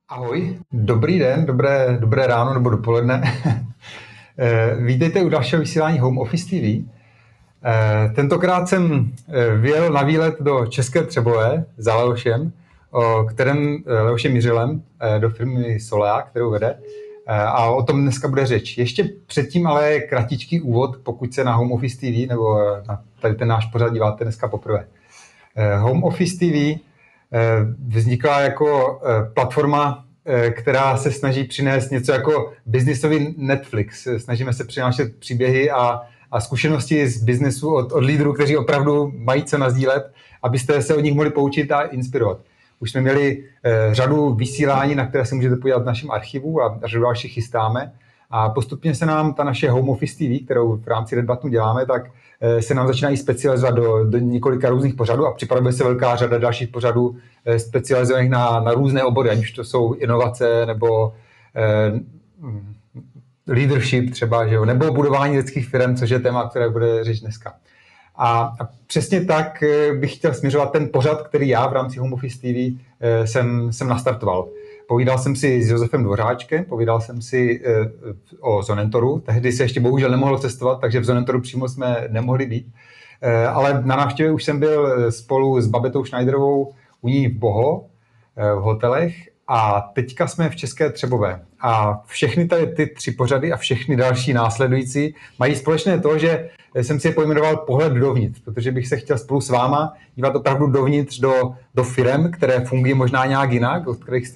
Ahoj, dobrý den, dobré ráno nebo dopoledne. Vítejte u dalšího vysílání Home Office TV. Tentokrát jsem vyjel na výlet do České Třebové za Leošem, Leošem Jiřilem, do firmy Solea, kterou vede. A o tom dneska bude řeč. Ještě předtím ale kratičký úvod, pokud se na Home Office TV nebo na tady ten náš pořad díváte dneska poprvé. Home Office TV vznikla jako platforma, která se snaží přinést něco jako biznisový Netflix. Snažíme se přinášet příběhy a zkušenosti z biznesu od lídrů, kteří opravdu mají co nasdílet, abyste se od nich mohli poučit a inspirovat. Už jsme měli řadu vysílání, na které se můžete podívat v našem archivu a řadu dalších chystáme. A postupně se nám ta naše Home Office TV, kterou v rámci Red Buttonu děláme, tak se nám začínají specializovat do několika různých pořadů a připravuje se velká řada dalších pořadů specializovaných na různé obory, ať už to jsou inovace nebo leadership třeba, že jo, nebo budování lidských firm, což je téma, které bude řešit dneska. A přesně tak bych chtěl směřovat ten pořad, který já v rámci Home Office TV jsem nastartoval. Povídal jsem si s Josefem Dvořáčkem, povídal jsem si o Zonentoru. Tehdy se ještě bohužel nemohlo cestovat, takže v Zonentoru přímo jsme nemohli být. Ale na návštěvě už jsem byl spolu s Babetou Schneiderovou u ní v Boho, v hotelech. A teďka jsme v České Třebové. A všechny tady ty 3 pořady a všechny další následující mají společné to, že jsem si je pojmenoval pohled dovnitř, protože bych se chtěl spolu s váma dívat opravdu dovnitř do firem, které fungují možná nějak jinak, od kterých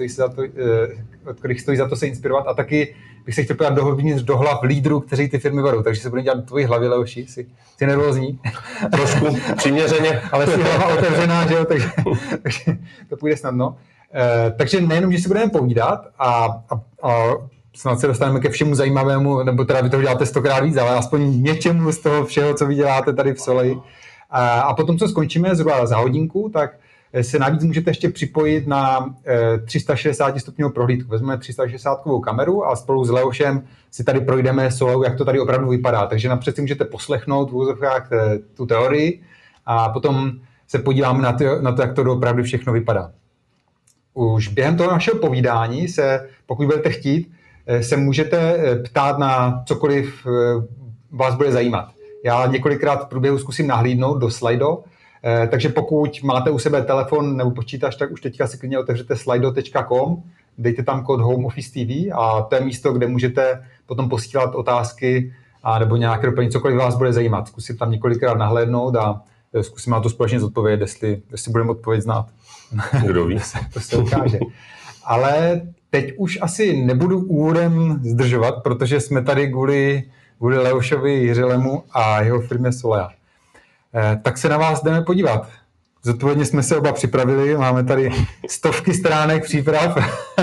stojí za to se inspirovat, a taky bych se chtěl podívat dovnitř do hlav lídrů, kteří ty firmy vedou. Takže se budeme dělat do tvojí hlavy, Leoši, jsi nervózní. Trošku přiměřeně. Ale jsi hlava otevřená, že jo, takže to půjde snadno. Takže nejenom, že si budeme povídat a snad se dostaneme ke všemu zajímavému, nebo teda vy toho děláte 100krát víc, ale aspoň něčemu z toho všeho, co vy děláte tady v Soleji. A potom, co skončíme zhruba za hodinku, tak se navíc můžete ještě připojit na 360 stupňovou prohlídku. Vezmeme 360kovou kameru a spolu s Leošem si tady projdeme Soleu, jak to tady opravdu vypadá. Takže napřed si můžete poslechnout v úzovkách tu teorii a potom se podíváme na to, jak to opravdu všechno vypadá. Už během toho našeho povídání se, pokud budete chtít, se můžete ptát na cokoliv vás bude zajímat. Já několikrát v průběhu zkusím nahlídnout do Slido, takže pokud máte u sebe telefon nebo počítač, tak už teďka si klidně otevřete slido.com, dejte tam kód Home Office TV a to je místo, kde můžete potom posílat otázky a nebo nějaké doplnění, cokoliv vás bude zajímat. Zkusím tam několikrát nahlédnout a zkusím na to společně zodpovědět, jestli budeme odpověď znát. Kdo ví? To se ukáže. Ale teď už asi nebudu úvodem zdržovat, protože jsme tady kvůli Leošovi Jiřilemu a jeho firmě Solea. Tak se na vás jdeme podívat. Zodpovědně jsme se oba připravili, máme tady stovky stránek příprav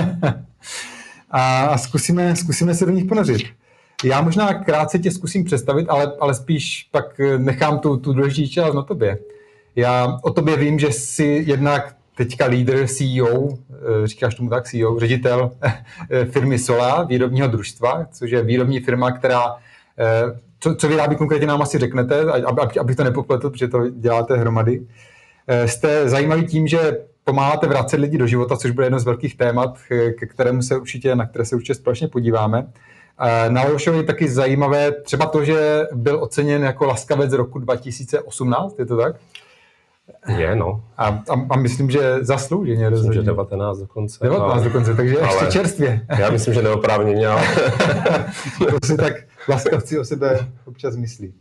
a zkusíme se do nich ponořit. Já možná krátce tě zkusím představit, ale spíš pak nechám tu důležitý část na tobě. Já o tobě vím, že jsi jednak teďka lídr, CEO, říkáš tomu tak, CEO, ředitel firmy Solea, výrobního družstva, což je výrobní firma, která, co vyrábí konkrétně nám asi řeknete, abych to nepopletl, protože to děláte hromady. Jste zajímaví tím, že pomáháte vracet lidi do života, což bude jedno z velkých témat, na které se určitě společně podíváme. Na Leošovi je taky zajímavé třeba to, že byl oceněn jako laskavec roku 2018, je to tak? Je, no. A myslím, že zaslouženě. Myslím, že 19 dokonce. 19 dokonce, takže ještě čerstvě. Já myslím, že neoprávněně, ale... To si tak laskavci o sebe občas myslí.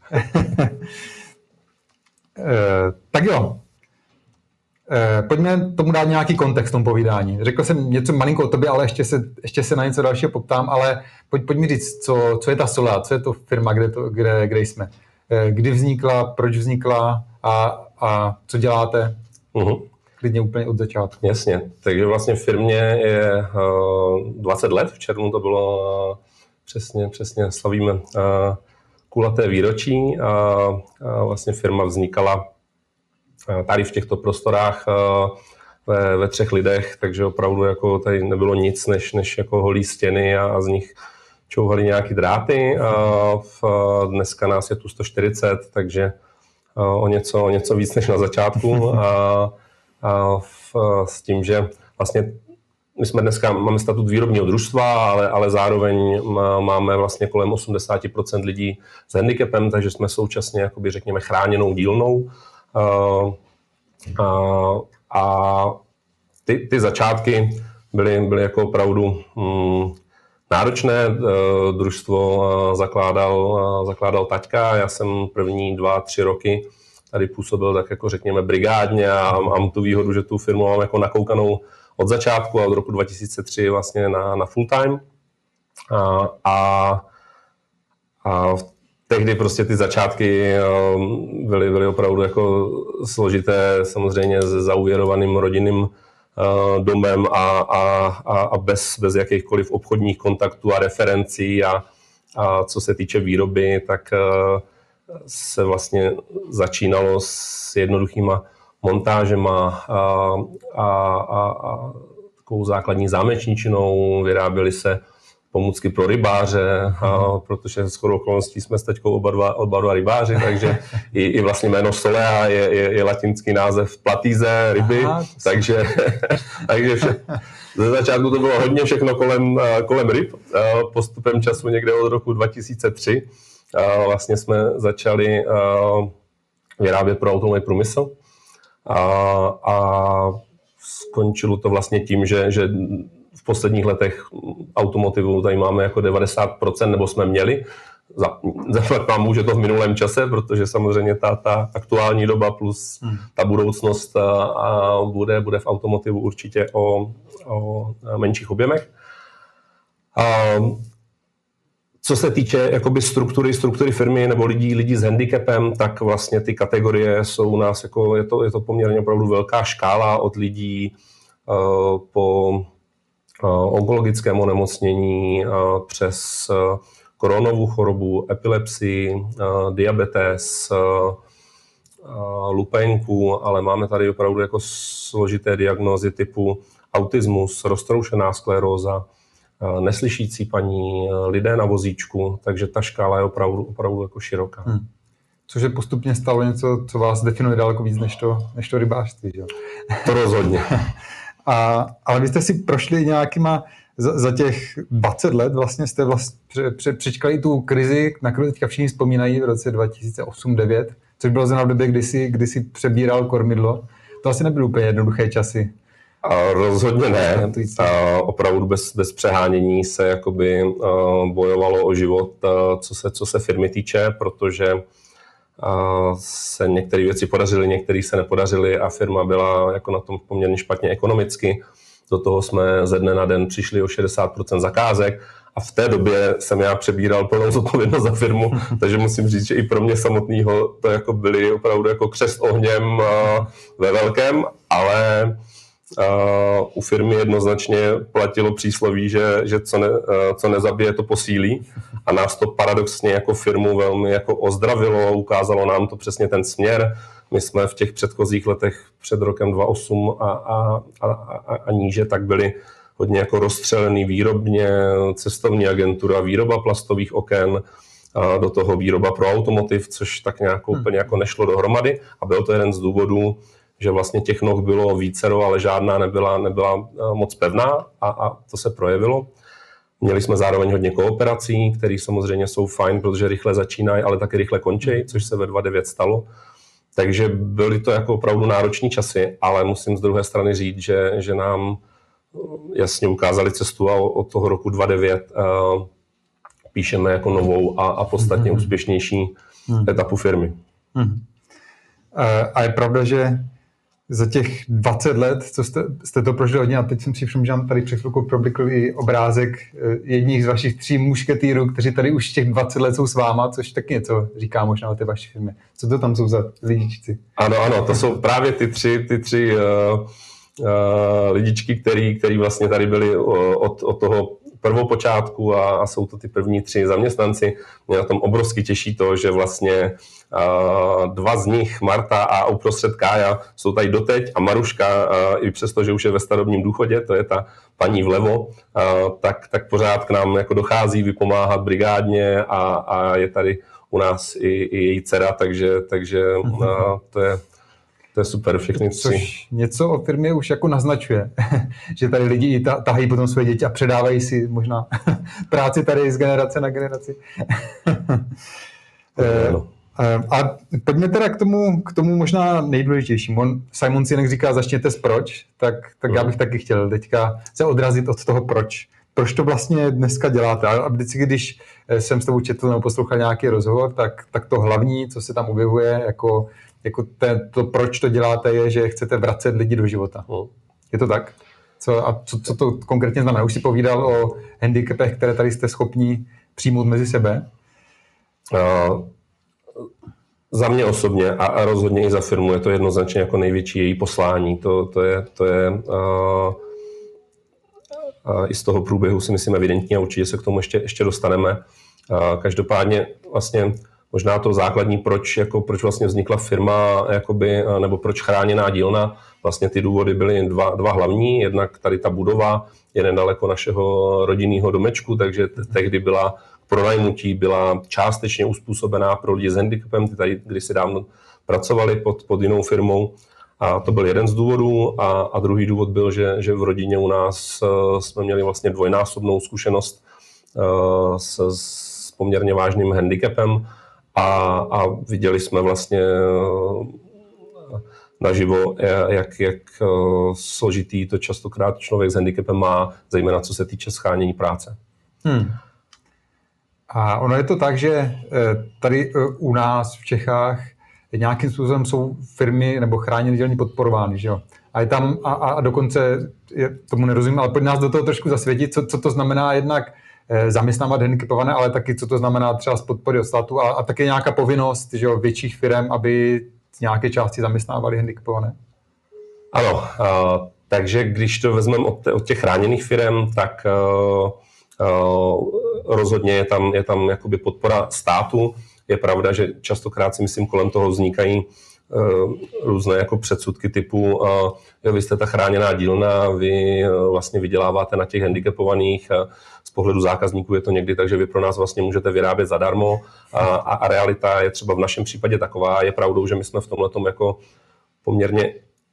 Tak jo. Pojďme tomu dát nějaký kontext tomu povídání. Řekl jsem něco malinko o tobě, ale ještě se na něco dalšího poptám, ale pojď mi říct, co je ta Solea, co je to firma, kde jsme. Kdy vznikla, proč vznikla a co děláte? Klidně úplně od začátku. Jasně, takže vlastně v firmě je 20 let, v červnu to bylo přesně slavíme kulaté výročí a vlastně firma vznikala tady v těchto prostorách ve 3 lidech, takže opravdu jako tady nebylo nic než jako holý stěny a z nich čouhali nějaký dráty. Dneska nás je tu 140, takže o něco víc než na začátku. S tím, že vlastně my jsme dneska, máme statut výrobního družstva, ale zároveň máme vlastně kolem 80% lidí s handicapem, takže jsme současně, jakoby, řekněme, chráněnou dílnou. A ty začátky byly jako opravdu náročné. Družstvo zakládal taťka, já jsem první 2-3 roky tady působil tak jako řekněme brigádně a mám tu výhodu, že tu firmu mám jako nakoukanou od začátku a od roku 2003 vlastně na full time. A tehdy prostě ty začátky byly opravdu jako složité, samozřejmě s zauvěrovaným rodinným domem a bez jakýchkoliv obchodních kontaktů a referencí a co se týče výroby, tak se vlastně začínalo s jednoduchýma montážema a takovou základní zámečničinou, vyráběly se pomůcky pro rybáře, protože shodou okolností jsme s teďkou oba dva rybáři, takže i vlastně jméno Solea je latinský název platýze, ryby, takže ze začátku to bylo hodně všechno kolem ryb. Postupem času někde od roku 2003 vlastně jsme začali vyrábět pro automobilový průmysl a skončilo to vlastně tím, že v posledních letech automotivu tady máme jako 90%, nebo jsme měli. Zaplať vám může to v minulém čase, protože samozřejmě ta aktuální doba plus ta budoucnost bude v automotivu určitě o menších objemech. Co se týče jakoby struktury firmy nebo lidí s handicapem, tak vlastně ty kategorie jsou u nás, jako je to poměrně opravdu velká škála od lidí po onkologickém onemocnění přes koronovou chorobu, epilepsii, diabetes, lupenku, ale máme tady opravdu jako složité diagnózy typu autismus, roztroušená skleróza, neslyšící paní, lidé na vozíčku, takže ta škála je opravdu jako široká. Což je postupně stalo něco, co vás definuje daleko víc než to rybářství, že? To rozhodně. Ale vy jste si prošli nějakýma, za těch 20 let vlastně jste přečkali tu krizi, na kterou teďka všichni vzpomínají v roce 2008-2009, což bylo zrovna v době, kdy si přebíral kormidlo. To asi nebyly úplně jednoduché časy. Rozhodně ne. Opravdu bez přehánění se jakoby bojovalo o život, co se firmy týče, protože se některé věci podařily, některé se nepodařily a firma byla jako na tom poměrně špatně ekonomicky. Do toho jsme ze dne na den přišli o 60% zakázek a v té době jsem já přebíral plnou zodpovědnost za firmu, takže musím říct, že i pro mě samotného to jako byly opravdu jako křest ohněm ve velkém, ale u firmy jednoznačně platilo přísloví, že co nezabije, to posílí a nás to paradoxně jako firmu velmi jako ozdravilo, ukázalo nám to přesně ten směr. My jsme v těch předchozích letech před rokem 2008 a níže tak byli hodně jako rozstřelený výrobně, cestovní agentura, výroba plastových oken, do toho výroba pro automotiv, což tak nějak úplně jako nešlo dohromady a byl to jeden z důvodů, že vlastně těch noh bylo vícero, ale žádná nebyla moc pevná a to se projevilo. Měli jsme zároveň hodně kooperací, které samozřejmě jsou fajn, protože rychle začínají, ale taky rychle končí, což se ve 2009 stalo. Takže byly to jako opravdu náročné časy, ale musím z druhé strany říct, že nám jasně ukázali cestu a od toho roku 2009 píšeme jako novou a podstatně úspěšnější etapu firmy. A je pravda, že za těch 20 let, co jste to prožili hodně, a teď jsem si všiml, že nám tady před chvilkou problikl i obrázek jedních z vašich 3 mušketýrů, kteří tady už těch 20 let jsou s váma, což taky něco říká možná o té vaší firmě. Co to tam jsou za lidičci? Ano, to jsou právě ty tři lidičky, který vlastně tady byli od toho prvopočátku a jsou to ty první 3 zaměstnanci. Mě na tom obrovsky těší to, že vlastně 2 z nich, Marta a uprostřed Kája, jsou tady doteď a Maruška, i přesto, že už je ve starobním důchodě, to je ta paní vlevo, tak pořád k nám jako dochází vypomáhat brigádně a je tady u nás i její dcera, takže to je To je super, všechny tři. Což něco o firmě už jako naznačuje, že tady lidi tahají potom své děti a předávají si možná práci tady z generace na generaci. A pojďme teda k tomu možná nejdůležitějšímu. Simon Sinek říká, začněte s proč, tak já bych taky chtěl teďka se odrazit od toho proč. Proč to vlastně dneska děláte? A vždycky, když jsem s tebou četl nebo poslouchal nějaký rozhovor, tak to hlavní, co se tam objevuje, jako to proč to děláte, je, že chcete vracet lidi do života. Je to tak? Co to konkrétně znamená? Už si povídal o handicapech, které tady jste schopni přijmout mezi sebe? Za mě osobně a rozhodně i za firmu je to jednoznačně jako největší její poslání. To je i z toho průběhu si myslím evidentní a určitě se k tomu ještě dostaneme. Každopádně vlastně možná to základní, proč vlastně vznikla firma, jakoby, nebo proč chráněná dílna. Vlastně ty důvody byly dva hlavní. Jednak tady ta budova je nedaleko našeho rodinného domečku, takže tehdy byla pronajmutí, byla částečně uspůsobená pro lidi s handicapem, ty tady kdysi dávno pracovali pod jinou firmou. A to byl jeden z důvodů. A druhý důvod byl, že v rodině u nás jsme měli vlastně dvojnásobnou zkušenost s poměrně vážným handicapem a viděli jsme vlastně naživo, jak složitý to častokrát člověk s handicapem má, zejména co se týče shánění práce. A ono je to tak, že tady u nás v Čechách nějakým způsobem jsou firmy nebo chráněné dílny podporovány, že jo? A je tam, a dokonce tomu nerozumím, ale pojď nás do toho trošku zasvětit, co to znamená jednak zaměstnávat handicapované, ale taky co to znamená třeba z podpory od státu a taky nějaká povinnost, že jo, větších firm, aby z nějaké části zaměstnávali handicapované. Ano, takže když to vezmeme od těch chráněných firm, tak rozhodně je tam jakoby podpora státu. Je pravda, že častokrát si myslím, kolem toho vznikají různé jako předsudky typu vy jste ta chráněná dílna, vy vlastně vyděláváte na těch handicapovaných, z pohledu zákazníků je to někdy tak, že vy pro nás vlastně můžete vyrábět zadarmo a realita je třeba v našem případě taková, je pravdou, že my jsme v tomhletom jako poměrně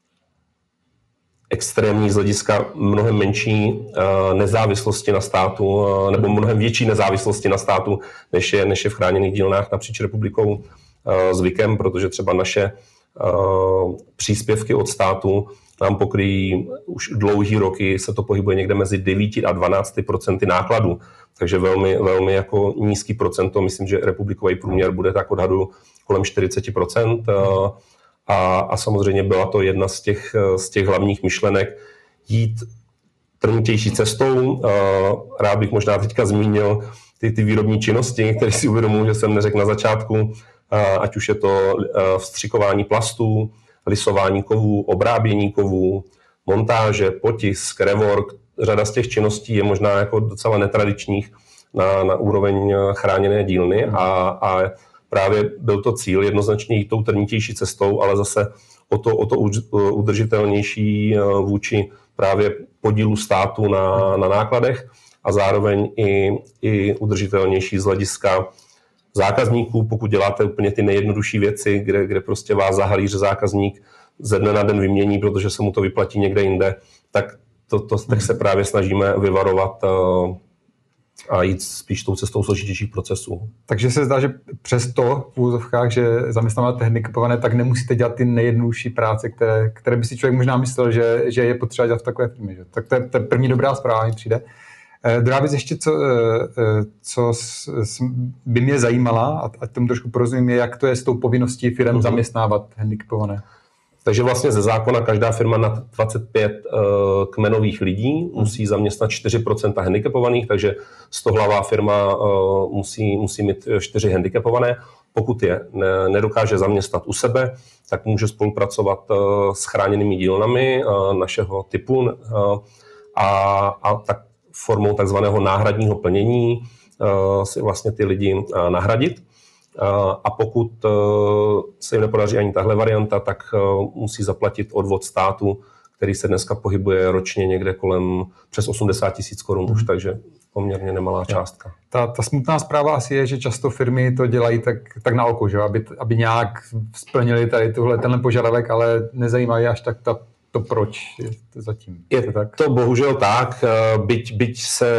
extrémní z hlediska mnohem menší nezávislosti na státu, nebo mnohem větší nezávislosti na státu, než je v chráněných dílnách napříč republikou zvykem, protože třeba naše příspěvky od státu nám pokryjí už dlouhý roky, se to pohybuje někde mezi 9 a 12% nákladů, takže velmi, velmi jako nízký procento, myslím, že republikový průměr bude tak odhadu kolem 40%. A samozřejmě byla to jedna z těch hlavních myšlenek jít trnitější cestou. Rád bych možná teďka zmínil ty výrobní činnosti, které si uvědomuji, že jsem neřekl na začátku, ať už je to vstřikování plastů, lisování kovů, obrábění kovů, montáže, potisk, rework. Řada z těch činností je možná jako docela netradičních na úroveň chráněné dílny a právě byl to cíl jednoznačně jít tou trnitější cestou, ale zase o to udržitelnější vůči právě podílu státu na nákladech a zároveň i udržitelnější z hlediska zákazníků, pokud děláte úplně ty nejjednodušší věci, kde prostě vás za halíř zákazník ze dne na den vymění, protože se mu to vyplatí někde jinde, tak se právě snažíme vyvarovat a jít spíš tou cestou složitějších procesů. Takže se zdá, že přesto v úvozovkách, že zaměstnáváte handicapované, tak nemusíte dělat ty nejjednodušší práce, které by si člověk možná myslel, že je potřeba dělat v takové firmě. Že? Tak to je první dobrá zpráva, mi přijde. Druhá věc ještě, co by mě zajímala, a tomu trošku porozumím, je, jak to je s tou povinností firem zaměstnávat handicapované. Takže vlastně ze zákona každá firma nad 25 kmenových lidí musí zaměstnat 4% handicapovaných, takže 100hlavá firma musí mít 4 handicapované. Pokud je nedokáže zaměstnat u sebe, tak může spolupracovat s chráněnými dílnami našeho typu a tak formou takzvaného náhradního plnění si vlastně ty lidi nahradit. A pokud se jim nepodaří ani tahle varianta, tak musí zaplatit odvod státu, který se dneska pohybuje ročně někde kolem přes 80 000 korun už, takže poměrně nemalá částka. Ta smutná zpráva asi je, že často firmy to dělají tak na oko, že? Aby nějak splnili tady tenhle požadavek, ale nezajímají až tak to proč je to zatím. Je tak? To bohužel tak, byť se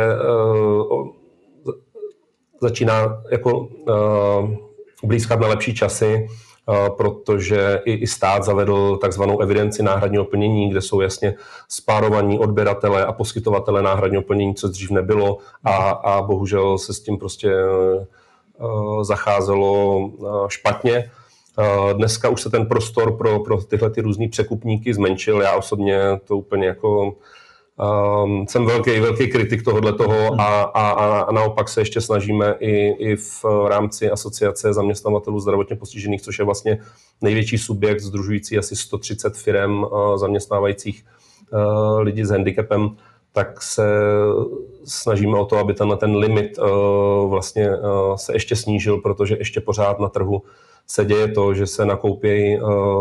začíná jako blízkat na lepší časy, protože i stát zavedl takzvanou evidenci náhradního plnění, kde jsou jasně spárovaní odběratele a poskytovatele náhradního plnění, co dřív nebylo a bohužel se s tím prostě zacházelo špatně. Dneska už se ten prostor pro tyhle ty různý překupníky zmenšil. Já osobně to úplně jako jsem velký kritik tohohletoho a naopak se ještě snažíme i v rámci asociace zaměstnavatelů zdravotně postižených, což je vlastně největší subjekt sdružující asi 130 firem zaměstnávajících lidi s handicapem, tak se snažíme o to, aby ten limit vlastně se ještě snížil, protože ještě pořád na trhu se děje to, že se nakoupějí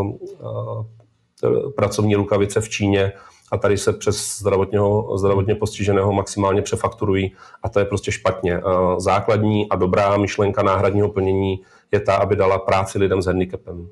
pracovní rukavice v Číně a tady se přes zdravotně postiženého maximálně přefakturují a to je prostě špatně. Základní a dobrá myšlenka náhradního plnění je ta, aby dala práci lidem s handicapem.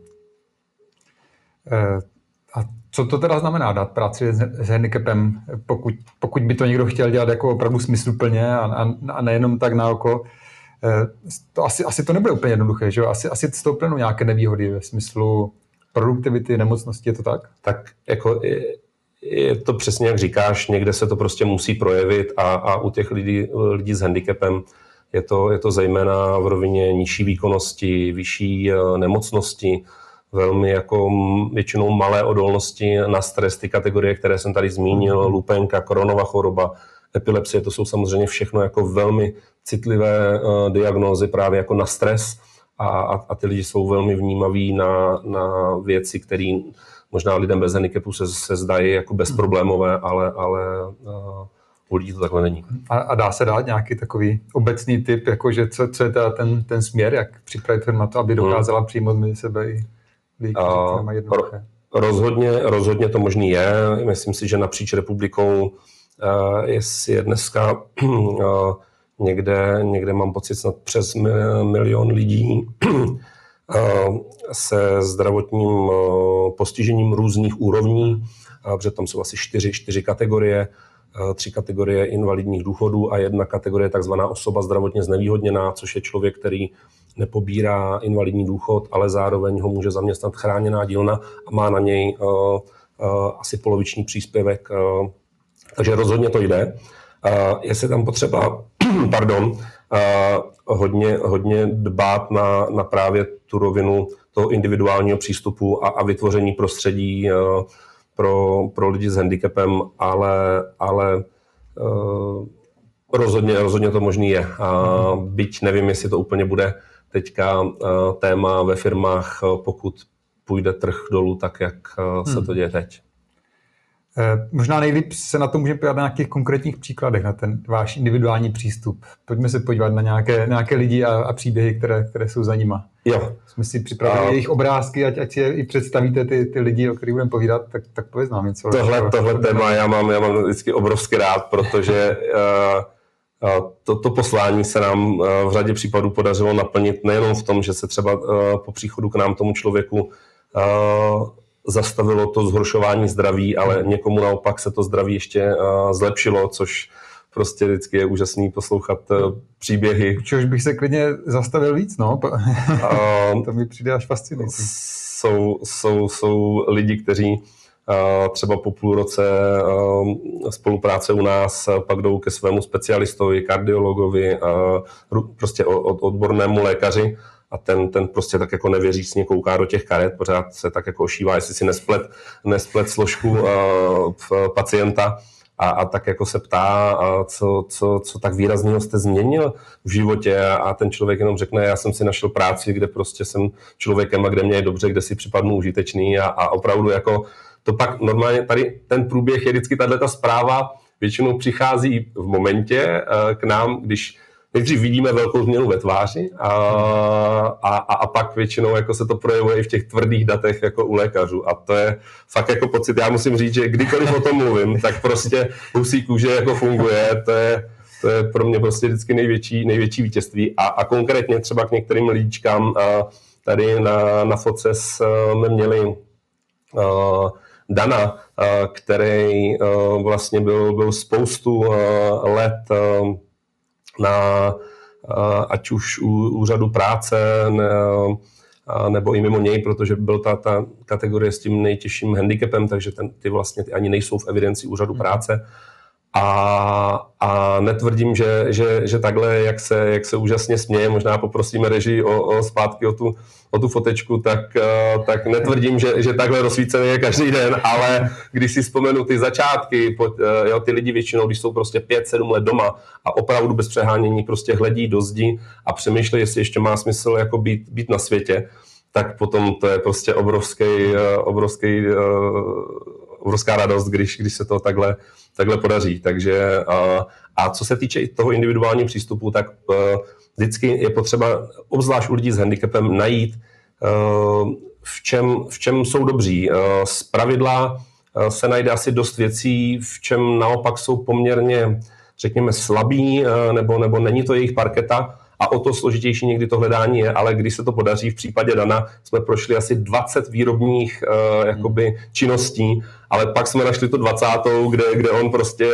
A co to teda znamená dát práci s handicapem, pokud by to někdo chtěl dělat jako opravdu smysluplně a nejenom tak na oko? To asi to nebude úplně jednoduché, že jo? Asi z toho plynou nějaké nevýhody ve smyslu produktivity, nemocnosti, je to tak? Tak jako je to přesně jak říkáš, někde se to prostě musí projevit a u těch lidí s handicapem je to zejména v rovině nižší výkonnosti, vyšší nemocnosti, velmi jako většinou malé odolnosti na stres, ty kategorie, které jsem tady zmínil, lupenka, koronová choroba, epilepsie, to jsou samozřejmě všechno jako velmi citlivé diagnózy právě jako na stres a ty lidi jsou velmi vnímaví na věci, které možná lidem bez handicapu se zdají jako bezproblémové, ale u lidí to takhle není. A dá se dát nějaký takový obecný tip, jakože co je teda ten směr, jak připravit firmu na to, aby dokázala přijmout mezi sebe i lidi, kteří to mají jednoduché? Rozhodně to možný je. Myslím si, že napříč republikou je dneska někde mám pocit snad přes 1 milion lidí se zdravotním postižením různých úrovní, protože tam jsou asi 4 kategorie, 3 kategorie invalidních důchodů a 1 kategorie takzvaná osoba zdravotně znevýhodněná, což je člověk, který nepobírá invalidní důchod, ale zároveň ho může zaměstnat chráněná dílna a má na něj asi poloviční příspěvek. Takže rozhodně to jde. Je tam potřeba hodně dbát na právě tu rovinu toho individuálního přístupu a vytvoření prostředí pro lidi s handicapem, ale rozhodně to možný je. Byť nevím, jestli to úplně bude teďka téma ve firmách, pokud půjde trh dolů, tak jak se to děje teď. Možná nejlíp se na to můžeme podívat na nějakých konkrétních příkladech, na ten váš individuální přístup. Pojďme se podívat na nějaké lidi a příběhy, které jsou za nima. Jo. Jsme si připravili jejich obrázky, ať je i představíte ty lidi, o kterých budeme povídat, tak pověz nám něco. Tohle téma já mám vždycky obrovsky rád, protože to poslání se nám v řadě případů podařilo naplnit nejenom v tom, že se třeba po příchodu k nám tomu člověku zastavilo to zhoršování zdraví, ale někomu naopak se to zdraví ještě zlepšilo, což prostě vždycky je úžasný poslouchat příběhy. Čehož bych se klidně zastavil víc, no. To mi přijde až fascinující. Jsou lidi, kteří třeba po půl roce spolupráce u nás pak jdou ke svému specialistovi, kardiologovi, prostě odbornému lékaři a ten prostě tak jako nevěřícně kouká do těch karet, pořád se tak jako ošívá, jestli si nesplet složku pacienta a tak jako se ptá, co tak výrazného jste změnil v životě a ten člověk jenom řekne, já jsem si našel práci, kde prostě jsem člověkem a kde mě je dobře, kde si připadnu užitečný a opravdu jako to pak normálně tady ten průběh je vždycky tato zpráva většinou přichází v momentě k nám, když nejdřív vidíme velkou změnu ve tváři a pak většinou jako se to projevuje i v těch tvrdých datech jako u lékařů. A to je fakt jako pocit, já musím říct, že kdykoliv o tom mluvím, tak prostě husí kůže jako funguje, to je pro mě prostě vždycky největší vítězství. A konkrétně třeba k některým lidičkám tady na fotce jsme měli Dana, který vlastně byl spoustu let ať už u úřadu práce nebo i mimo něj, protože byl ta kategorie s tím nejtěžším handicapem, takže ty vlastně ani nejsou v evidenci úřadu práce. A netvrdím, že takhle, jak se úžasně směje, možná poprosíme režii o zpátky o tu fotečku, tak netvrdím, že takhle rozsvícený je každý den, ale když si vzpomenu ty začátky, ty lidi většinou, když jsou prostě 5-7 let doma a opravdu bez přehánění prostě hledí do zdi a přemýšlejí, jestli ještě má smysl jako být na světě, tak potom to je prostě obrovská radost, když se to takhle podaří. Takže a co se týče toho individuálního přístupu, tak vždycky je potřeba, obzvlášť u lidí s handicapem, najít, v čem jsou dobří. Zpravidla se najde asi dost věcí, v čem naopak jsou poměrně, řekněme, slabí, nebo není to jejich parketa. A o to složitější někdy to hledání je, ale když se to podaří, v případě Dana jsme prošli asi 20 výrobních jakoby činností, ale pak jsme našli tu 20., kde on prostě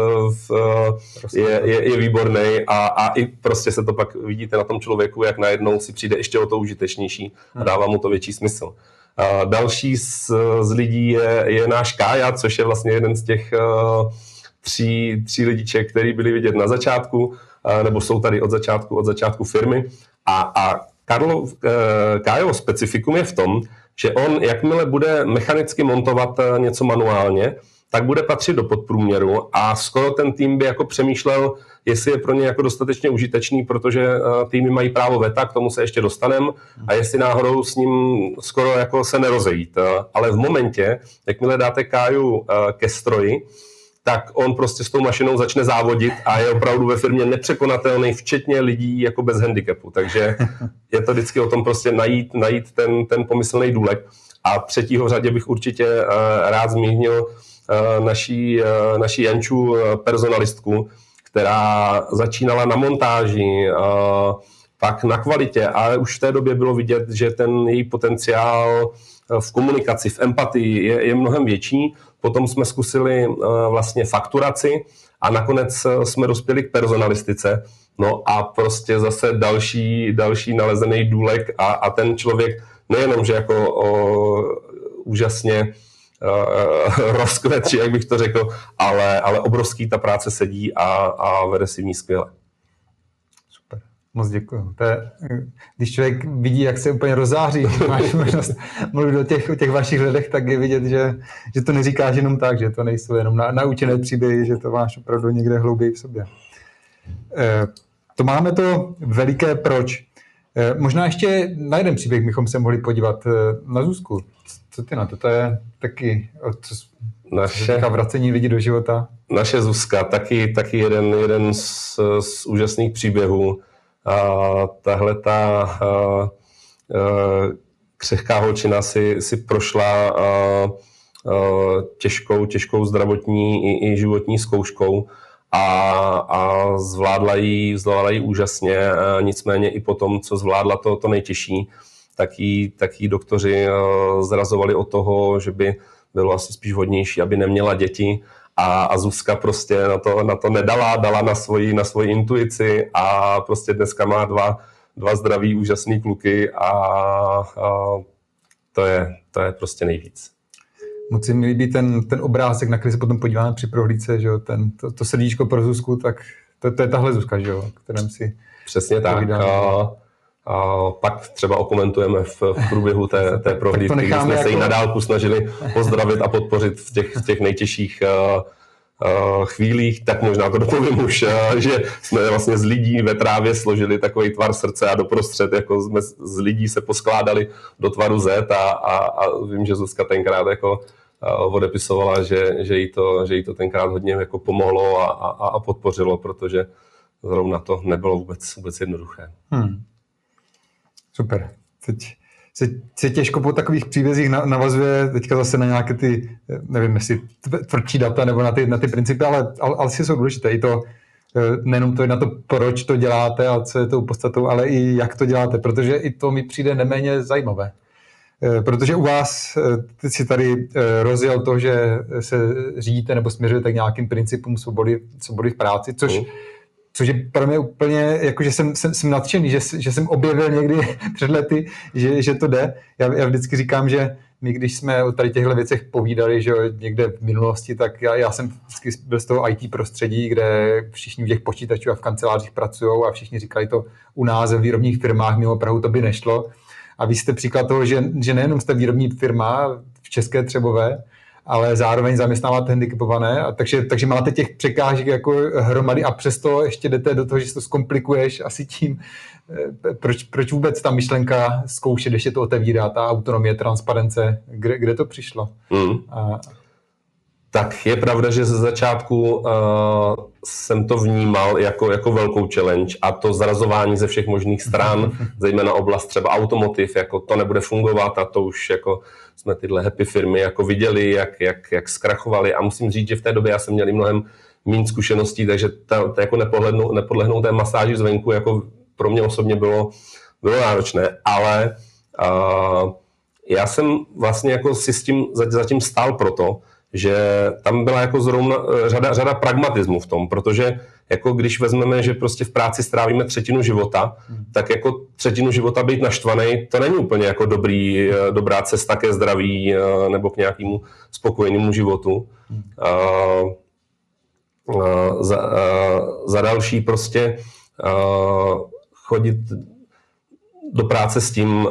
je výborný a i prostě se to pak vidíte na tom člověku, jak najednou si přijde ještě o to užitečnější a dává mu to větší smysl. Další z lidí je náš Kája, což je vlastně jeden z těch tří lidiček, který byli vidět na začátku, nebo jsou tady od začátku firmy. A Kájovo specifikum je v tom, že on, jakmile bude mechanicky montovat něco manuálně, tak bude patřit do podprůměru a skoro ten tým by jako přemýšlel, jestli je pro ně jako dostatečně užitečný, protože týmy mají právo veta, k tomu se ještě dostaneme, a jestli náhodou s ním skoro jako se nerozejít. Ale v momentě, jakmile dáte Káju ke stroji, tak on prostě s tou mašinou začne závodit a je opravdu ve firmě nepřekonatelný, včetně lidí jako bez handicapu. Takže je to vždycky o tom prostě najít ten pomyslný důlek. A třetího řadě bych určitě rád zmínil naší Janču personalistku, která začínala na montáži, pak na kvalitě, ale už v té době bylo vidět, že ten její potenciál v komunikaci, v empatii je mnohem větší. Potom jsme zkusili vlastně fakturaci a nakonec jsme dospěli k personalistice. No a prostě zase další nalezený důlek a ten člověk nejenom, že jako úžasně rozkvet, či jak bych to řekl, ale obrovský ta práce sedí a vede si v ní skvěle. Super, moc děkuji. Když člověk vidí, jak se úplně rozáří, máš možnost mluvit o těch vašich lidech, tak je vidět, že to neříkáš jenom tak, že to nejsou jenom naučené příběhy, že to máš opravdu někde hlouběji v sobě. To máme to veliké proč. Možná ještě na jeden příběh bychom se mohli podívat na Zuzku. Co ty na to? To je taky vracení lidí do života. Naše Zuzka, taky jeden z úžasných příběhů. Tahle ta křehká holčina si prošla těžkou zdravotní i životní zkouškou a zvládla ji úžasně, nicméně i po tom, co zvládla to nejtěžší, tak jí doktoři zrazovali od toho, že by bylo asi spíš vhodnější, aby neměla děti, a Zuzka prostě na to nedala, dala na svoji intuici a prostě dneska má dva zdraví úžasný kluky a to je prostě nejvíc. Moc se mi líbí ten obrázek, na který se potom podíváme při prohlídce, že jo, to srdíčko pro Zuzku, tak to je tahle Zuzka, že jo, kterém si... Přesně tak. A pak třeba okomentujeme v průběhu té prohlídky, kdy jsme se jí na dálku snažili pozdravit a podpořit v těch nejtěžších chvílích, tak možná to dopovím už, že jsme vlastně z lidí ve trávě složili takový tvar srdce a doprostřed jako jsme z lidí se poskládali do tvaru Z a vím, že Zuzka tenkrát jako odepisovala, že jí to tenkrát hodně jako pomohlo a podpořilo, protože zrovna to nebylo vůbec jednoduché. Super. Teď se těžko po takových příbězích navazuje teďka zase na nějaké ty, nevím, jestli tvrdší data nebo na ty principy, ale asi jsou důležité. I to, nejenom to na to, proč to děláte a co je tou podstatou, ale i jak to děláte, protože i to mi přijde neméně zajímavé. Protože u vás, teď si tady rozjel to, že se řídíte nebo směřujete k nějakým principům svobody v práci, což je pro mě úplně, jakože jsem nadšený, že jsem objevil někdy před lety, že to jde. Já vždycky říkám, že my, když jsme o tady těchto věcech povídali, že někde v minulosti, tak já jsem vždycky byl z toho IT prostředí, kde všichni u těch počítačů a v kancelářích pracují a všichni říkali to u nás ve výrobních firmách mimo Prahu to by nešlo. A vy jste příklad toho, že nejenom jste výrobní firma v České Třebové, ale zároveň zaměstnáváte handicapované, a takže máte těch překážek jako hromady a přesto ještě jdete do toho, že si to zkomplikuješ asi tím, proč vůbec ta myšlenka zkoušet ještě to otevírat, ta autonomie, transparence, kde to přišlo? Tak je pravda, že ze začátku jsem to vnímal jako velkou challenge a to zrazování ze všech možných stran, zejména oblast třeba automotiv, jako to nebude fungovat a to už jako jsme tyhle happy firmy jako viděli, jak zkrachovali a musím říct, že v té době já jsem měl mnohem méně zkušeností, takže to jako nepodlehnout té masáži zvenku jako pro mě osobně bylo náročné, ale já jsem vlastně jako si s tím zatím stál proto, že tam byla jako zrovna řada pragmatismu v tom, protože jako když vezmeme, že prostě v práci strávíme třetinu života, tak jako třetinu života být naštvaný, to není úplně jako dobrá cesta ke zdraví nebo k nějakému spokojenému životu. Za další prostě chodit do práce s tím,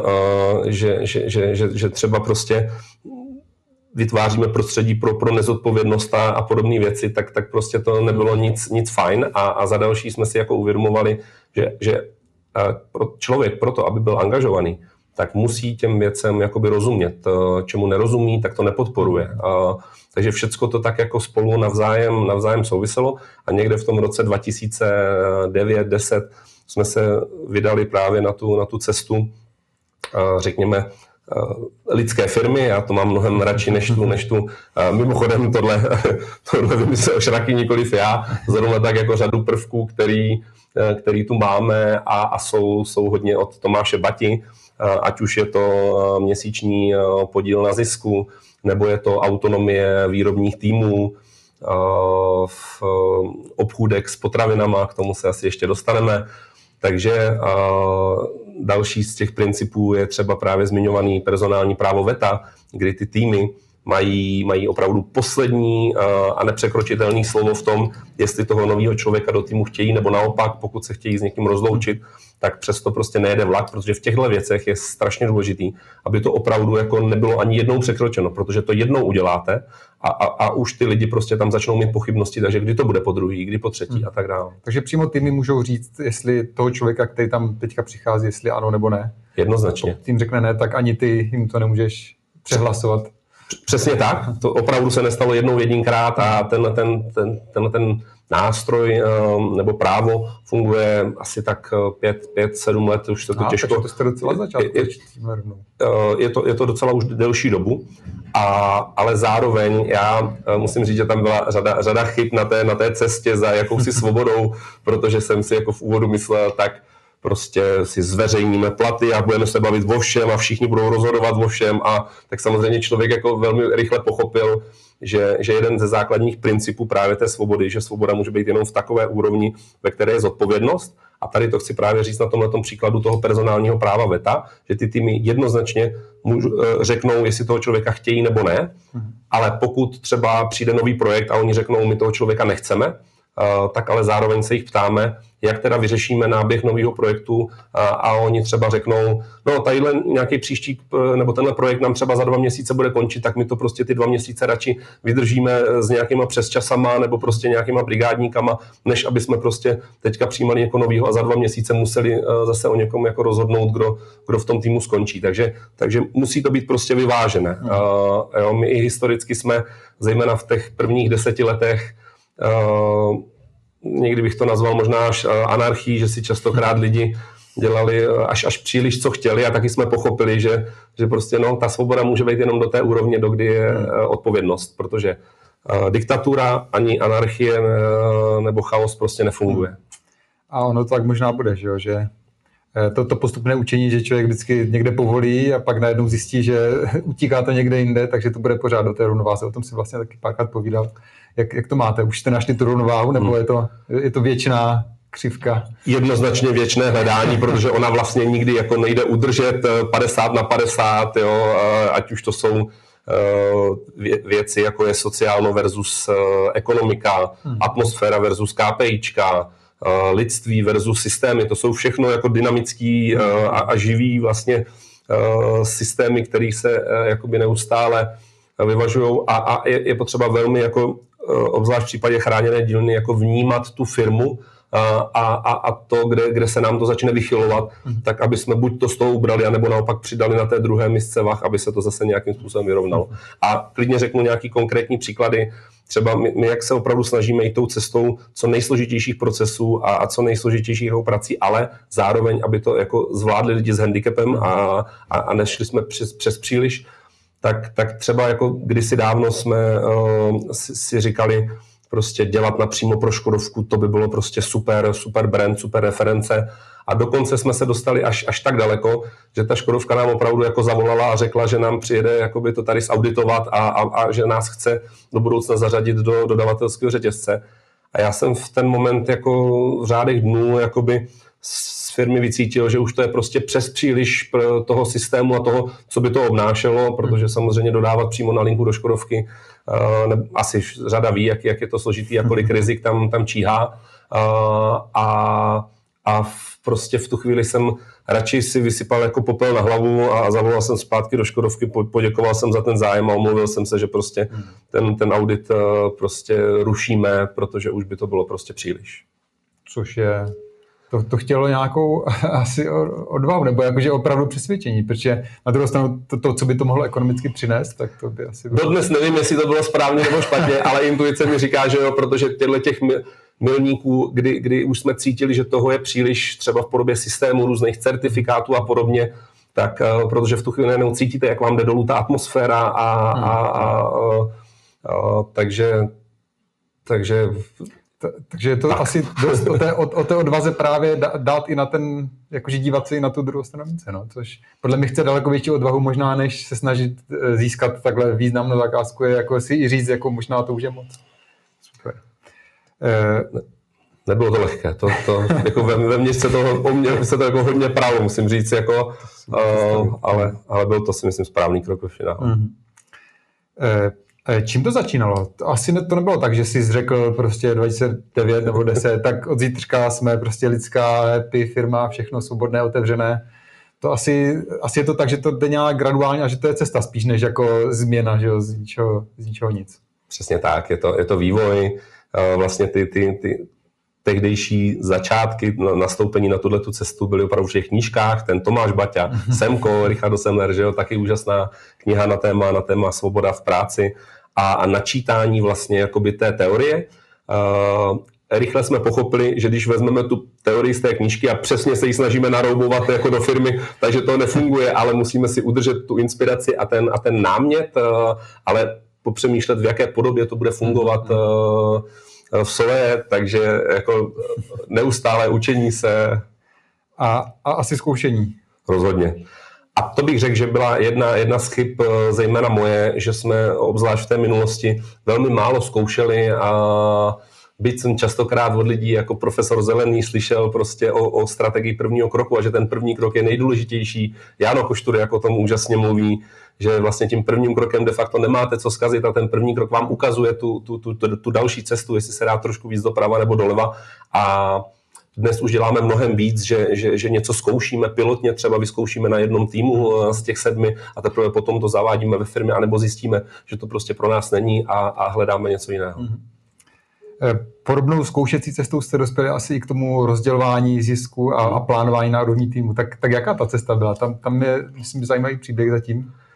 že třeba prostě vytváříme prostředí pro nezodpovědnost a podobné věci, tak prostě to nebylo nic fajn a za další jsme si jako uvědomovali, že člověk proto, aby byl angažovaný, tak musí těm věcem jakoby rozumět. Čemu nerozumí, tak to nepodporuje. Takže všecko to tak jako spolu navzájem souviselo a někde v tom roce 2009-10 jsme se vydali právě na tu cestu, řekněme, lidské firmy, já to mám mnohem radši než tu. Mimochodem tohle vymyslel Šraky, nikoliv já, zrovna tak jako řadu prvků, který tu máme a jsou hodně od Tomáše Bati, ať už je to měsíční podíl na zisku, nebo je to autonomie výrobních týmů, v obchůdek s potravinama, k tomu se asi ještě dostaneme. Takže další z těch principů je třeba právě zmiňovaný personální právo veta, kdy ty týmy mají opravdu poslední a nepřekročitelný slovo v tom, jestli toho nového člověka do týmu chtějí, nebo naopak, pokud se chtějí s někým rozloučit, tak přesto prostě nejede vlak, protože v těchto věcech je strašně důležitý, aby to opravdu jako nebylo ani jednou překročeno, protože to jednou uděláte a už ty lidi prostě tam začnou mít pochybnosti, takže kdy to bude po druhý, kdy po třetí a tak dále. Takže přímo týmy můžou říct, jestli toho člověka, který tam teďka přichází, jestli ano nebo ne. Jednoznačně. Tým řekne ne, tak ani ty jim to nemůžeš přehlasovat. Přesně tak, to opravdu se nestalo jedinkrát a ten nástroj nebo právo funguje asi tak 5-7 let, už se to těžko... Takže to jste docela začátku. Je to docela už delší dobu, ale zároveň já musím říct, že tam byla řada chyb na té cestě za jakousi svobodou, protože jsem si jako v úvodu myslel, tak prostě si zveřejníme platy a budeme se bavit o všem a všichni budou rozhodovat o všem a tak samozřejmě člověk jako velmi rychle pochopil, že jeden ze základních principů právě té svobody, že svoboda může být jenom v takové úrovni, ve které je zodpovědnost. A tady to chci právě říct na tomhletom příkladu toho personálního práva veta, že ty týmy jednoznačně řeknou, jestli toho člověka chtějí nebo ne, ale pokud třeba přijde nový projekt a oni řeknou, my toho člověka nechceme, tak ale zároveň se jich ptáme, jak teda vyřešíme náběh nového projektu a oni třeba řeknou, no tadyhle nějaký příští, nebo tenhle projekt nám třeba za 2 měsíce bude končit, tak my to prostě ty 2 měsíce radši vydržíme s nějakýma přesčasama nebo prostě nějakýma brigádníkama, než aby jsme prostě teďka přijímali někoho nového a za 2 měsíce museli zase o někom jako rozhodnout, kdo v tom týmu skončí. Takže musí to být prostě vyvážené. My i historicky jsme, zejména v těch prvních 10 letech, někdy bych to nazval možná až anarchii, že si častokrát lidi dělali až příliš, co chtěli a taky jsme pochopili, že prostě ta svoboda může být jenom do té úrovně, do kdy je odpovědnost, protože diktatura ani anarchie nebo chaos prostě nefunguje. A ono to tak možná bude, že to postupné učení, že člověk vždycky někde povolí a pak najednou zjistí, že utíká to někde jinde, takže to bude pořád do té rovnováhy. O tom si vlastně taky párkrát povídal. Jak to máte? Už jste našli tu rovnováhu, nebo je to věčná křivka? Jednoznačně věčné hledání, protože ona vlastně nikdy jako nejde udržet 50/50, jo, ať už to jsou věci, jako je sociálno versus ekonomika, atmosféra versus KPIčka, lidství versus systémy. To jsou všechno jako dynamický a živý vlastně systémy, které se jakoby neustále vyvažují a je potřeba velmi jako obzvlášť v případě chráněné dílny jako vnímat tu firmu a to, kde se nám to začne vychylovat, tak aby jsme buď to z toho ubrali, anebo naopak přidali na té druhé misce vah, aby se to zase nějakým způsobem vyrovnalo. A klidně řeknu nějaký konkrétní příklady. Třeba my jak se opravdu snažíme jít tou cestou co nejsložitějších procesů a co nejsložitějších prací, ale zároveň, aby to jako zvládli lidi s handicapem a nešli jsme přes příliš, tak třeba jako kdysi dávno jsme si říkali, prostě dělat napřímo pro Škodovku, to by bylo prostě super brand, super reference. A dokonce jsme se dostali až tak daleko, že ta Škodovka nám opravdu jako zavolala a řekla, že nám přijede jakoby to tady zauditovat a že nás chce do budoucna zařadit do dodavatelského řetězce. A já jsem v ten moment jako v řádech dnů jakoby z firmy vycítil, že už to je prostě přes příliš toho systému a toho, co by to obnášelo, protože samozřejmě dodávat přímo na linku do Škodovky, asi řada ví, jak je to složitý, a kolik rizik tam číhá. A prostě v tu chvíli jsem radši si vysypal jako popel na hlavu a zavolal jsem zpátky do Škodovky, poděkoval jsem za ten zájem a omluvil jsem se, že prostě ten audit prostě rušíme, protože už by to bylo prostě příliš. Což je... To chtělo nějakou asi odvahu, nebo jakože opravdu přesvědčení, protože na druhou stranu to, co by to mohlo ekonomicky přinést, tak to by asi bylo... Dodnes nevím, jestli to bylo správně nebo špatně, ale intuice mi říká, že jo, protože těch milníků, kdy už jsme cítili, že toho je příliš třeba v podobě systému, různých certifikátů a podobně, tak protože v tu chvíli najednou cítíte, jak vám jde dolů ta atmosféra Takže je to tak. Asi dost o té odvaze právě dát i na ten, jakože dívat se i na tu druhou stranu mince, no, což podle mě chce daleko větší odvahu možná, než se snažit získat takhle významnou zakázku, je jako si i říct, jako možná to už je moc. Super. Nebylo to lehké, to jako ve mně se to jako hodně pralo, musím říct, jako, ale byl to si myslím správný krok do finále. Čím to začínalo? Asi to nebylo tak, že jsi řekl prostě 2009 nebo 10, tak od zítřka jsme prostě lidská, happy firma, všechno svobodné, otevřené. To asi je to tak, že to jde nějak graduálně a že to je cesta spíš než jako změna, že jo, z ničeho nic. Přesně tak, je to vývoj, vlastně ty tehdejší začátky nastoupení na tuto cestu byly opravdu v těch knížkách, ten Tomáš Baťa, Semko, Richard Semler, že jo, taky úžasná kniha na téma svoboda v práci a načítání vlastně jakoby té teorie. Rychle jsme pochopili, že když vezmeme tu teorii z té knížky a přesně se ji snažíme naroubovat jako do firmy, takže to nefunguje, ale musíme si udržet tu inspiraci a ten námět, ale popřemýšlet, v jaké podobě to bude fungovat v SOE, takže jako neustále učení se. A asi zkoušení. Rozhodně. A to bych řekl, že byla jedna z chyb, zejména moje, že jsme obzvlášť v té minulosti velmi málo zkoušeli a byť jsem častokrát od lidí jako profesor Zelený slyšel prostě o strategii prvního kroku a že ten první krok je nejdůležitější. Jáno Koštur jako o tom úžasně mluví, že vlastně tím prvním krokem de facto nemáte co zkazit a ten první krok vám ukazuje tu další cestu, jestli se dá trošku víc doprava nebo doleva. A dnes už děláme mnohem víc, že něco zkoušíme pilotně, třeba vyzkoušíme na jednom týmu z těch 7 a teprve potom to zavádíme ve firmě, anebo zjistíme, že to prostě pro nás není a hledáme něco jiného. Podobnou zkoušecí cestou jste dospěli asi i k tomu rozdělování zisku a plánování národní týmu. Tak jaká ta cesta byla? Tam je, myslím, zajímavý příběh zatím.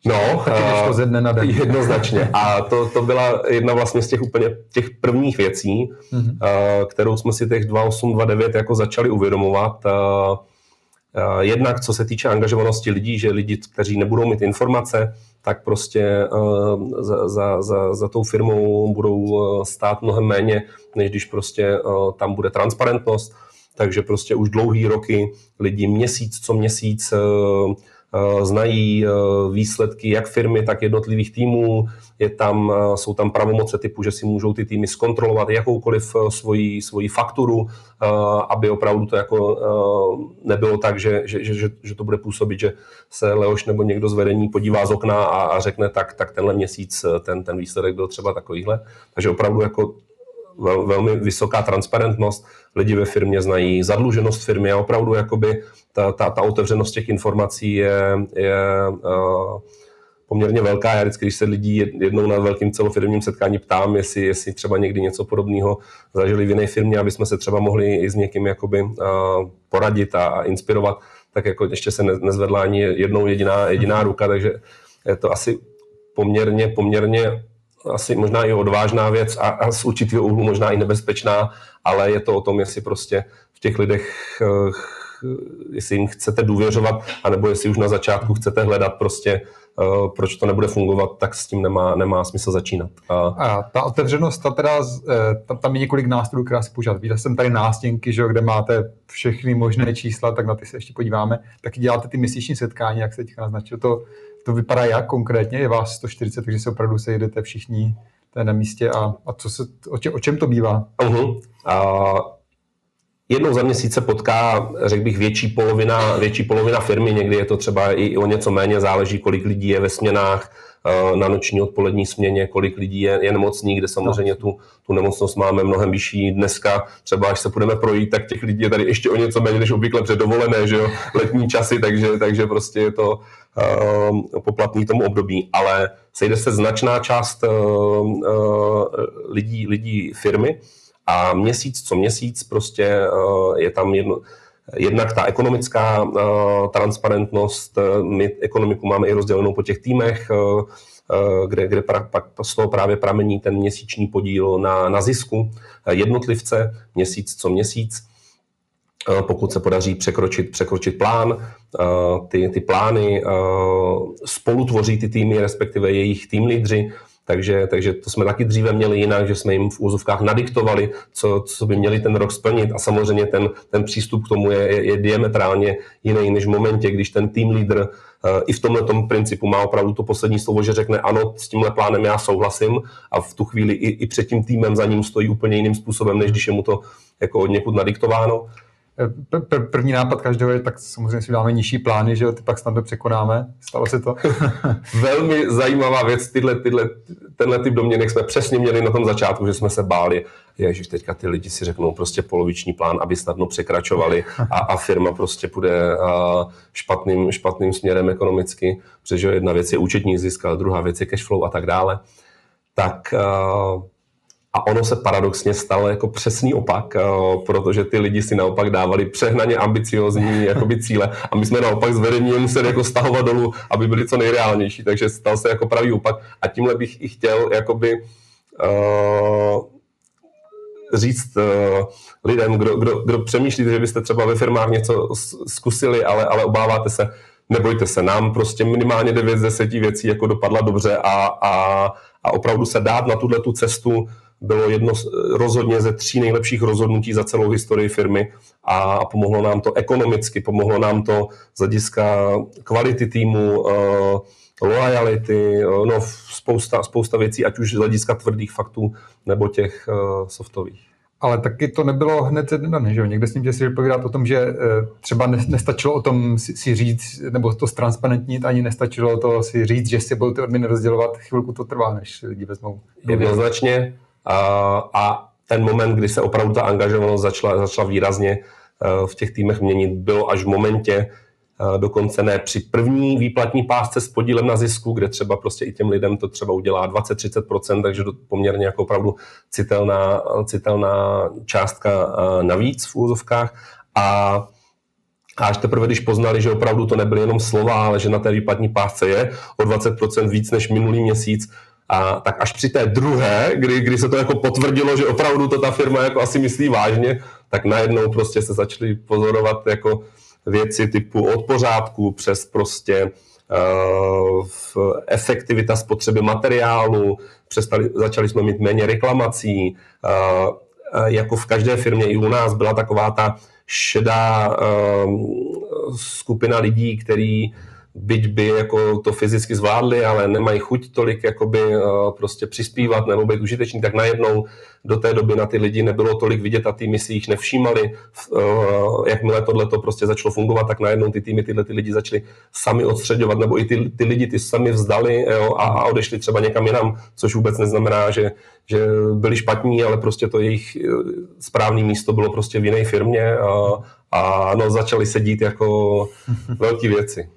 No, taky nešlo ze dne na den. Jednoznačně. A to byla jedna vlastně z těch úplně těch prvních věcí, kterou jsme si těch 2008, 2009 jako začali uvědomovat. Jednak co se týče angažovanosti lidí, že lidi, kteří nebudou mít informace, tak prostě za tou firmou budou stát mnohem méně, než když prostě tam bude transparentnost. Takže prostě už dlouhý roky lidi měsíc co měsíc znají výsledky jak firmy, tak jednotlivých týmů. Jsou tam pravomoce typu, že si můžou ty týmy zkontrolovat jakoukoliv svoji fakturu, aby opravdu to jako nebylo tak, že to bude působit, že se Leoš nebo někdo z vedení podívá z okna a řekne, tak tenhle měsíc ten výsledek byl třeba takovýhle. Takže opravdu jako velmi vysoká transparentnost. Lidi ve firmě znají zadluženost firmy a opravdu jakoby ta otevřenost těch informací je poměrně velká. Já vždycky, když se lidí jednou na velkým celofirmním setkání ptám, jestli třeba někdy něco podobného zažili v jiné firmě, aby jsme se třeba mohli i s někým jakoby poradit a inspirovat, tak jako ještě se nezvedla ani jednou jediná ruka, takže je to asi poměrně asi možná i odvážná věc a z určitého úhlu možná i nebezpečná, ale je to o tom, jestli prostě v těch lidech, jestli jim chcete důvěřovat, anebo jestli už na začátku chcete hledat prostě, proč to nebude fungovat, tak s tím nemá smysl začínat. A ta otevřenost, tam je několik nástrojů, která se používat. Viděl jsem tady nástěnky, že, kde máte všechny možné čísla, tak na ty se ještě podíváme. Taky děláte ty měsíční setkání, jak se teďka naznačil. To vypadá jak konkrétně? Je vás 140, takže se opravdu sejdete všichni na místě a o čem to bývá? Jednou za měsíc se potká, řekl bych, větší polovina firmy, někdy je to třeba i o něco méně, záleží, kolik lidí je ve směnách, na noční odpolední směně, kolik lidí je nemocných, kde samozřejmě tu nemocnost máme mnohem vyšší. Dneska třeba, až se půjdeme projít, tak těch lidí je tady ještě o něco méně než obvykle předdovolené, že jo, letní časy, takže prostě je to poplatný tomu období. Ale sejde se značná část lidí firmy a měsíc co měsíc prostě je tam jednak ta ekonomická transparentnost, my ekonomiku máme i rozdělenou po těch týmech, kde pak z toho právě pramení ten měsíční podíl na zisku jednotlivce měsíc co měsíc. Pokud se podaří překročit plán, ty plány spolu tvoří ty týmy, respektive jejich tým lídři. Takže to jsme taky dříve měli jinak, že jsme jim v úzovkách nadiktovali, co by měli ten rok splnit a samozřejmě ten přístup k tomu je diametrálně jiný než v momentě, když ten tým lídr i v tomhletom principu má opravdu to poslední slovo, že řekne ano, s tímhle plánem já souhlasím a v tu chvíli i před tím týmem za ním stojí úplně jiným způsobem, než když je mu to jako od někud nadiktováno. První nápad každého je, tak samozřejmě si dáme nižší plány, že jo, ty pak snadno překonáme. Stalo se to? Velmi zajímavá věc, tenhle typ domněnek jsme přesně měli na tom začátku, že jsme se báli, ježiš, teďka ty lidi si řeknou prostě poloviční plán, aby snadno překračovali a firma prostě půjde špatným směrem ekonomicky, protože jedna věc je účetní zisk, a druhá věc je cashflow a tak dále. Tak a ono se paradoxně stalo jako přesný opak, protože ty lidi si naopak dávali přehnaně ambiciozní jakoby cíle a my jsme naopak z vedení museli jako stahovat dolů, aby byli co nejreálnější, takže stal se jako pravý opak a tímhle bych i chtěl jakoby říct lidem, kdo přemýšlíte, že byste třeba ve firmách něco zkusili, ale obáváte se, nebojte se, nám prostě minimálně 9 z 10 věcí jako dopadla dobře a opravdu se dát na tu cestu bylo jedno rozhodně ze 3 nejlepších rozhodnutí za celou historii firmy a pomohlo nám to ekonomicky, pomohlo nám to z hlediska kvality týmu, loyalty, spousta věcí, ať už z hlediska tvrdých faktů nebo těch softových. Ale taky to nebylo hned ze dne, že jo? Někde s tím, že si povídat o tom, že třeba nestačilo o tom si říct, nebo to ztransparentnit, ani nestačilo to si říct, že si budou ty odměny rozdělovat, chvilku to trvá, než lidi vezmou. Jednoznačně. A ten moment, kdy se opravdu ta angažovanost začala výrazně v těch týmech měnit, bylo až v momentě, dokonce ne při první výplatní pásce s podílem na zisku, kde třeba prostě i těm lidem to třeba udělá 20-30%, takže to poměrně jako opravdu citelná částka navíc v úzovkách. A až teprve, když poznali, že opravdu to nebyly jenom slova, ale že na té výplatní pásce je o 20% víc než minulý měsíc, a tak až při té druhé, kdy se to jako potvrdilo, že opravdu to ta firma jako asi myslí vážně, tak najednou prostě se začaly pozorovat jako věci typu od pořádku přes prostě efektivita spotřeby materiálu, začali jsme mít méně reklamací, jako v každé firmě i u nás byla taková ta šedá skupina lidí, který byť by jako to fyzicky zvládli, ale nemají chuť tolik jakoby prostě přispívat nebo být užiteční, tak najednou do té doby na ty lidi nebylo tolik vidět a týmy si jich nevšímali. Jakmile tohleto prostě začalo fungovat, tak najednou ty týmy tyhle ty lidi začaly sami odstřeďovat, nebo i ty lidi ty sami vzdali, jo, a odešli třeba někam jinam, což vůbec neznamená, že byli špatní, ale prostě to jejich správné místo bylo prostě v jiné firmě a no, začaly se dít jako velké věci.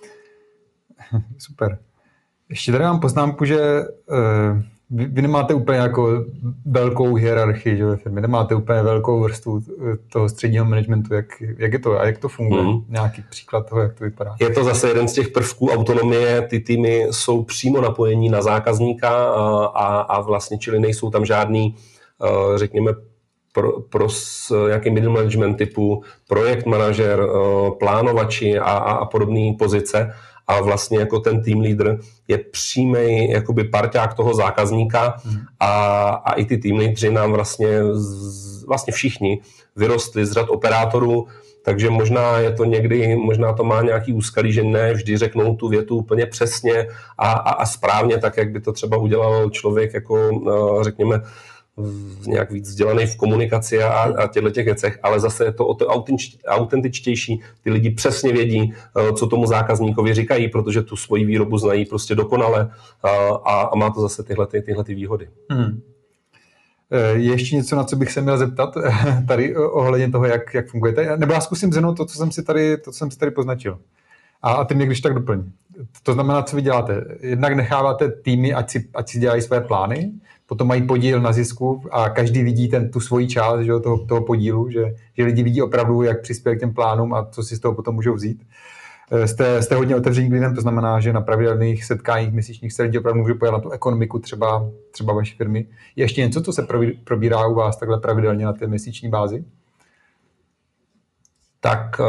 Super. Ještě tady mám poznámku, že vy nemáte úplně jako velkou hierarchii, že ve firmě, nemáte úplně velkou vrstvu toho středního managementu, jak je to a jak to funguje? Nějaký příklad toho, jak to vypadá? Je to zase jeden z těch prvků autonomie, ty týmy jsou přímo napojení na zákazníka a vlastně, čili nejsou tam žádný, řekněme, pro nějaký middle management typu projekt manažer, plánovači a podobné pozice. A vlastně jako ten team leader je přímý jakoby parťák toho zákazníka a i ty team leadři nám vlastně všichni vyrostli z řad operátorů, takže možná je to někdy, možná to má nějaký úskalí, že ne vždy řeknou tu větu úplně přesně a správně, tak jak by to třeba udělal člověk jako řekněme nějak víc vzdělaný v komunikaci a těch věcech, ale zase je to o to autentičtější. Ty lidi přesně vědí, co tomu zákazníkovi říkají, protože tu svoji výrobu znají prostě dokonale a má to zase tyhle výhody. Je ještě něco, na co bych se měl zeptat tady ohledně toho, jak fungujete? Nebo já zkusím zhrnout to, co jsem si tady poznačil. A ty mě když tak doplň. To znamená, co vy děláte. Jednak necháváte týmy, ať si dělají své plány, potom mají podíl na zisku a každý vidí tu svoji část, že, toho podílu, že lidi vidí opravdu, jak přispějí k těm plánům a co si z toho potom můžou vzít. Jste hodně otevření k lidem, to znamená, že na pravidelných setkáních měsíčních se lidi opravdu můžou podívat na tu ekonomiku třeba vaší firmy. Je ještě něco, co se probírá u vás takhle pravidelně na té měsíční bázi? Tak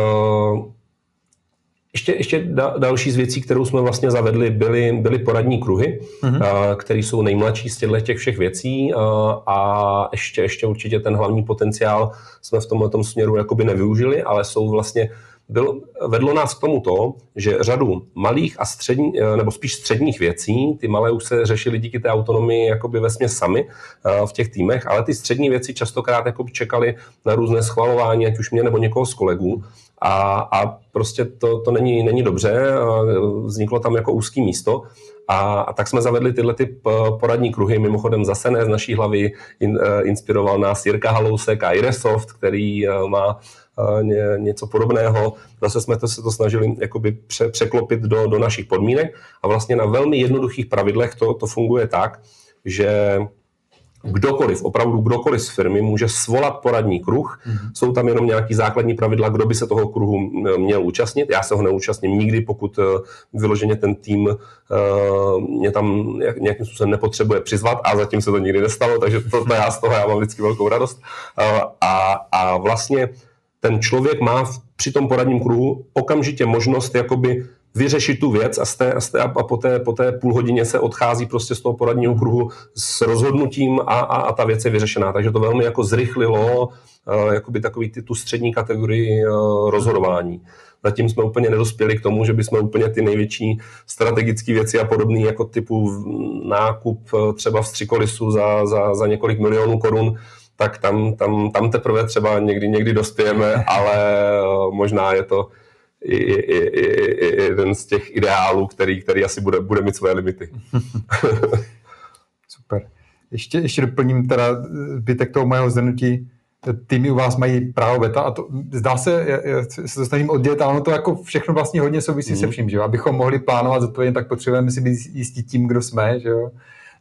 ještě další z věcí, kterou jsme vlastně zavedli, byly poradní kruhy, které jsou nejmladší z těch všech věcí a ještě určitě ten hlavní potenciál jsme v tomhletom směru jakoby nevyužili, ale jsou vlastně vedlo nás k tomu to, že řadu malých a nebo spíš středních věcí, ty malé už se řešily díky té autonomii jakoby vesměs sami v těch týmech, ale ty střední věci častokrát jakoby čekaly na různé schvalování, ať už mě nebo někoho z kolegů a prostě to není dobře, vzniklo tam jako úzký místo a tak jsme zavedli tyhle poradní kruhy, mimochodem zase ne z naší hlavy, inspiroval nás Jirka Halousek a Iresoft, který má něco podobného. Zase jsme se to snažili jakoby překlopit do našich podmínek a vlastně na velmi jednoduchých pravidlech to funguje tak, že opravdu kdokoliv z firmy může svolat poradní kruh. Jsou tam jenom nějaký základní pravidla, kdo by se toho kruhu měl účastnit. Já se ho neúčastním nikdy, pokud vyloženě ten tým mě tam nějakým způsobem nepotřebuje přizvat a zatím se to nikdy nestalo, takže to já z toho já mám vždycky velkou radost. A vlastně ten člověk má při tom poradním kruhu okamžitě možnost jakoby vyřešit tu věc a po té půl hodině se odchází prostě z toho poradního kruhu s rozhodnutím a ta věc je vyřešená. Takže to velmi jako zrychlilo jakoby takový tu střední kategorii rozhodování. Zatím jsme úplně nedospěli k tomu, že bychom úplně ty největší strategické věci a podobné jako typu nákup třeba vstřikolisu za několik milionů korun, tak tam teprve třeba někdy dospějeme, ale možná je to jeden z těch ideálů, který asi bude mít své limity. Super. Ještě doplním teda zbytek toho mého zhrnutí. Týmy u vás mají právo veta a to zdá se, já se to snažím oddělit, ale ono to jako všechno vlastně hodně souvisí se vším, že jo? Abychom mohli plánovat zodpovědně, tak potřebujeme si být jistí tím, kdo jsme, že jo?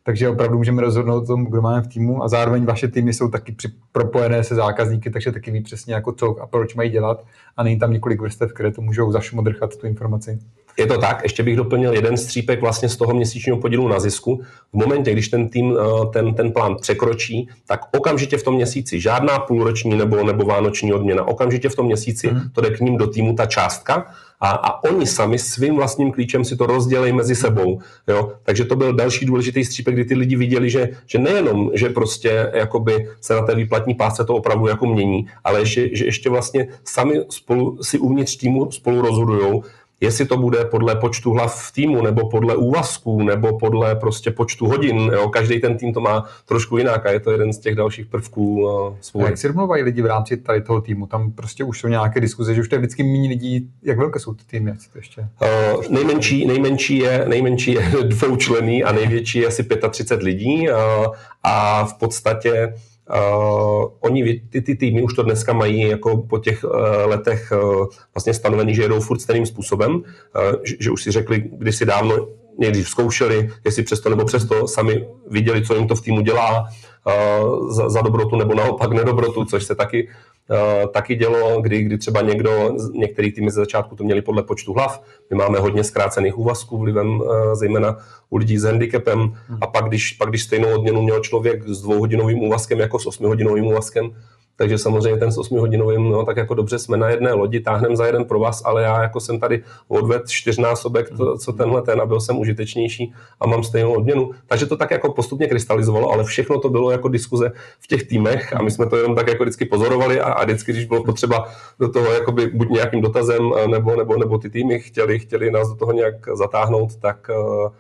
takže opravdu můžeme rozhodnout o tom, kdo máme v týmu a zároveň vaše týmy jsou taky propojené se zákazníky, takže taky ví přesně jako co a proč mají dělat a není tam několik vrstev, které to můžou zašmodrchat tu informaci. Je to tak, ještě bych doplnil jeden střípek vlastně z toho měsíčního podílu na zisku. V momentě, když ten tým ten plán překročí, tak okamžitě v tom měsíci žádná půlroční nebo vánoční odměna, okamžitě v tom měsíci to jde k ním do týmu ta částka a oni sami svým vlastním klíčem si to rozdělejí mezi sebou. Jo? Takže to byl další důležitý střípek, kdy ty lidi viděli, že nejenom, že prostě jakoby se na té výplatní pásce to opravdu jako mění, ale že ještě vlastně sami spolu si uvnitř týmu spolu rozhodujou, jestli to bude podle počtu hlav v týmu, nebo podle úvazků, nebo podle prostě počtu hodin. Jo? Každý ten tým to má trošku jinak a je to jeden z těch dalších prvků svůj. Jak si domluvají lidi v rámci tady toho týmu? Tam prostě už jsou nějaké diskuze, že už to je vždycky méně lidí. Jak velké jsou ty týmy? To ještě? Nejmenší je dvoučlenný a největší je asi 35 lidí a v podstatě oni ty týmy už to dneska mají jako po těch letech vlastně stanovený, že jedou furt stejným způsobem, že už si řekli kdysi dávno, někdy zkoušeli, jestli přesto nebo přesto sami viděli, co jim to v týmu dělá za dobrotu nebo naopak nedobrotu, což se taky dělo, kdy třeba některý týmy ze začátku to měli podle počtu hlav. My máme hodně zkrácených úvazků vlivem zejména u lidí s handicapem a pak když stejnou odměnu měl člověk s 2hodinovým úvazkem jako s 8hodinovým úvazkem, takže samozřejmě ten s 8hodinovým, no, tak jako dobře jsme na jedné lodi, táhneme za jeden provaz, ale já jako jsem tady odvedl 4násobek co tenhle a byl jsem užitečnější a mám stejnou odměnu. Takže to tak jako postupně krystalizovalo, ale všechno to bylo jako diskuze v těch týmech a my jsme to jenom tak jako vždycky pozorovali a vždycky, když bylo potřeba do toho jakoby buď nějakým dotazem nebo ty týmy chtěli nás do toho nějak zatáhnout, tak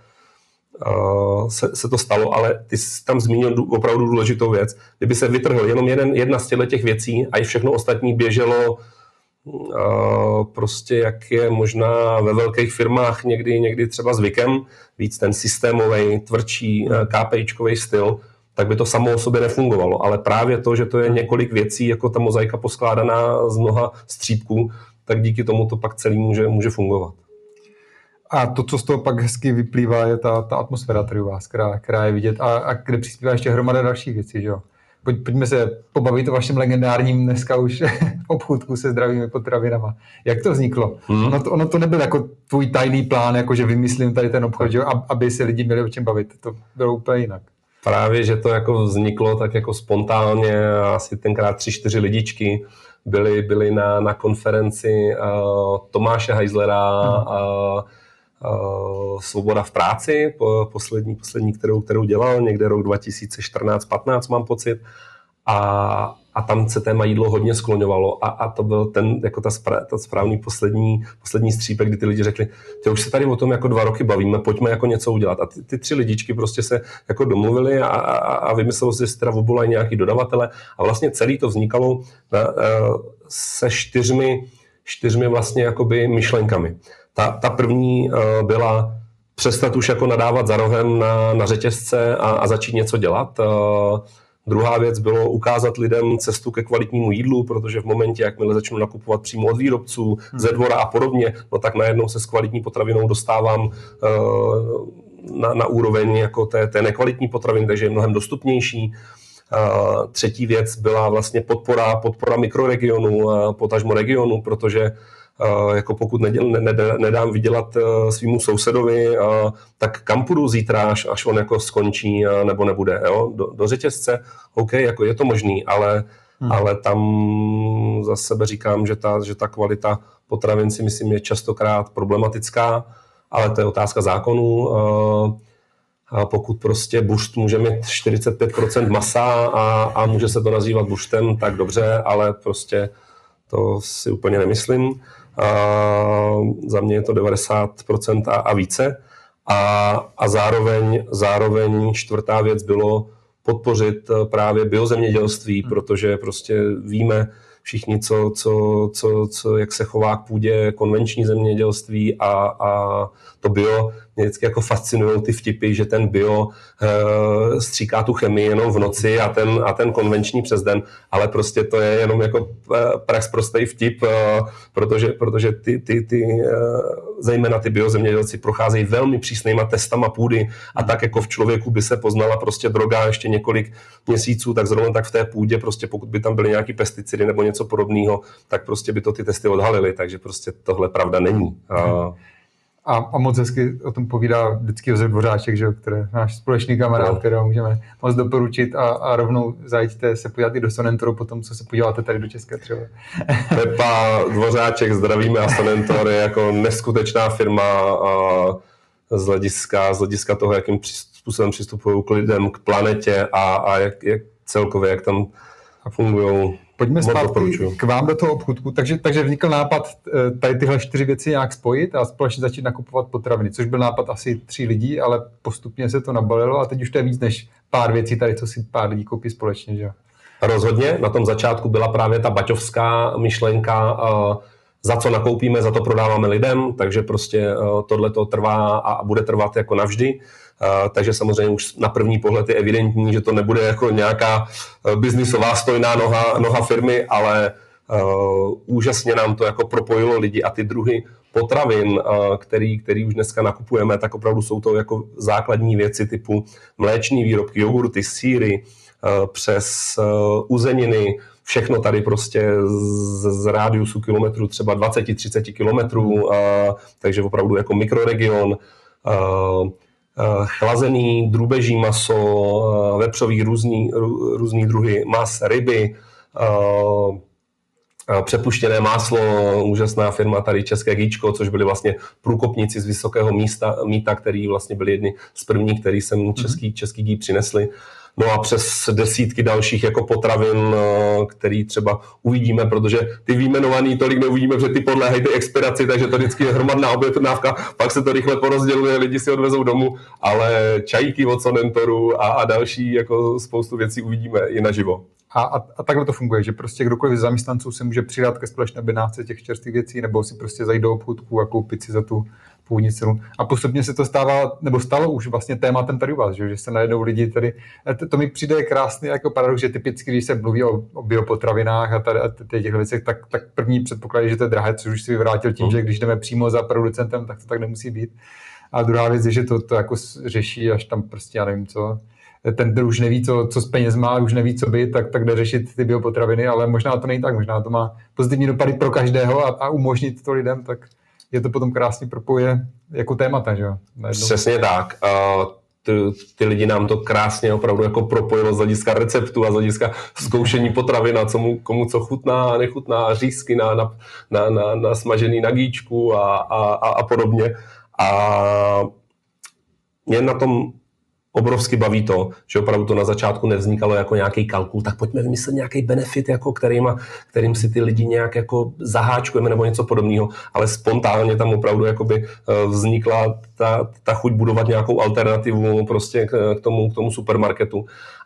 se to stalo, ale ty jsi tam zmínil opravdu důležitou věc. Kdyby se vytrhl jenom jedna z těch věcí a i všechno ostatní běželo prostě jak je možná ve velkých firmách někdy třeba zvykem, víc ten systémový, tvrdší, KPIčkový styl, tak by to samo o sobě nefungovalo. Ale právě to, že to je několik věcí, jako ta mozaika poskládaná z mnoha střípků, tak díky tomu to pak celý může fungovat. A to, co z toho pak hezky vyplývá, je ta atmosféra tady u vás, která je vidět a kde přispívá ještě hromada dalších věcí, že jo? Pojďme se pobavit o vašem legendárním dneska už obchůdku se zdravými potravinama. Jak to vzniklo? Ono to nebyl jako tvůj tajný plán, jako že vymyslím tady ten obchod, že jo? Aby se lidi měli o čem bavit. To bylo úplně jinak. Právě, že to jako vzniklo tak jako spontánně, asi tenkrát 3-4 lidičky byli na konferenci Tomáše Heislera Svoboda v práci, poslední kterou dělal, někde rok 2014-15 mám pocit. A tam se téma jídlo hodně skloňovalo a to byl jako ta správný poslední střípek, kdy ty lidi řekli, že už se tady o tom jako 2 roky bavíme, pojďme jako něco udělat. A ty 3 lidičky prostě se jako domluvili a vymyslelo si, že se teda obvolají nějaký dodavatele a vlastně celý to vznikalo se 4 vlastně jakoby myšlenkami. Ta první byla přestat už jako nadávat za rohem na řetězce a začít něco dělat. Druhá věc bylo ukázat lidem cestu ke kvalitnímu jídlu, protože v momentě, jakmile začnu nakupovat přímo od výrobců, ze dvora a podobně, no tak najednou se s kvalitní potravinou dostávám na úroveň jako té nekvalitní potraviny, takže je mnohem dostupnější. Třetí věc byla vlastně podpora mikroregionu, potažmo regionu, protože jako pokud nedám vydělat svýmu sousedovi, tak kam půjdu zítra, až on jako skončí nebo nebude. Jo? Do řetězce, OK, jako je to možný, ale tam za sebe říkám, že ta kvalita potravin si myslím je častokrát problematická, ale to je otázka zákonů. A pokud prostě bušt může mít 45% masa a může se to nazývat buštem, tak dobře, ale prostě to si úplně nemyslím. Za mě je to 90% a více. A zároveň čtvrtá věc bylo podpořit právě biozemědělství, protože prostě víme všichni, jak se chová k půdě konvenční zemědělství a to bio mě vždycky jako fascinují ty vtipy, že ten bio stříká tu chemii jenom v noci a ten konvenční přes den, ale prostě to je jenom jako prostý vtip, protože ty zejména ty biozemědělci procházejí velmi přísnýma testama půdy a tak jako v člověku by se poznala prostě droga ještě několik měsíců, tak zrovna tak v té půdě prostě pokud by tam byly nějaký pesticidy nebo něco podobného, tak prostě by to ty testy odhalily, takže prostě tohle pravda není. A moc hezky o tom povídá vždycky Josef Dvořáček, že, který je náš společný kamarád, kterého můžeme moc doporučit a rovnou zajďte se podívat i do Sonentoru potom, co se podíváte tady do České třeba. Pepa Dvořáček, zdravíme, a Sonentor je jako neskutečná firma z hlediska toho, jakým způsobem přistupují k lidem, k planetě a jak celkově, jak tam fungují. Pojďme zpátky k vám do toho obchůdku. Takže vznikl nápad tady tyhle 4 věci nějak spojit a společně začít nakupovat potraviny, což byl nápad asi 3 lidí, ale postupně se to nabalilo a teď už to je víc než pár věcí tady, co si pár lidí koupí společně. Že? Rozhodně. Na tom začátku byla právě ta baťovská myšlenka, za co nakoupíme, za to prodáváme lidem, takže prostě tohle to trvá a bude trvat jako navždy. Takže samozřejmě už na první pohled je evidentní, že to nebude jako nějaká biznisová stojná noha firmy, ale úžasně nám to jako propojilo lidi a ty druhy potravin, který už dneska nakupujeme, tak opravdu jsou to jako základní věci typu mléčné výrobky, jogurty, sýry, přes uzeniny, všechno tady prostě z rádiusu kilometrů třeba 20-30 kilometrů, takže opravdu jako mikroregion, chlazený drůbeží maso, vepřový různý druhy mas, ryby, přepuštěné máslo, úžasná firma tady České Gíčko, což byli vlastně průkopníci z Vysokého mýta, který vlastně byli jedni z prvních, který sem český gí přinesli. No a přes desítky dalších jako potravin, který třeba uvidíme, protože ty vyjmenovaný tolik neuvidíme, protože ty podléhají ty expiraci, takže to vždycky je hromadná objednávka, pak se to rychle porozděluje, lidi si odvezou domů, ale čajíky od Sonentoru a další jako spoustu věcí uvidíme i naživo. A takhle to funguje, že prostě kdokoliv z zaměstnanců se může přidat ke společné objednávce těch čerstvých věcí, nebo si prostě zajít do obchůdku a koupit si za tu původní cenu. A postupně se to stává, nebo stalo už vlastně tématem tady u vás, že se najednou lidi tady, to mi přijde krásný jako paradox, že typicky, když se mluví o biopotravinách a těch věcech, tak první předpoklad je, že to je drahé, což už si vyvrátil tím, že když jdeme přímo za producentem, tak to tak nemusí být. A druhá věc je, že to jako řeší až tam prostě, já nevím co, ten už neví, co s peněz má, už neví, co by, tak jde řešit ty biopotraviny, ale možná to není tak, možná to má pozitivní dopady pro každého a umožnit to lidem, tak je to potom krásně propoje jako témata, že jo? Přesně tak. Ty lidi nám to krásně opravdu jako propojilo z hlediska receptu a z hlediska zkoušení potravin a komu co chutná a nechutná, řízky na smažený na gíčku a podobně. A mě na tom obrovsky baví to, že opravdu to na začátku nevznikalo jako nějaký kalkul, tak pojďme vymyslet nějaký benefit, jako kterým si ty lidi nějak jako zaháčkujeme nebo něco podobného, ale spontánně tam opravdu jakoby vznikla ta chuť budovat nějakou alternativu prostě k tomu supermarketu.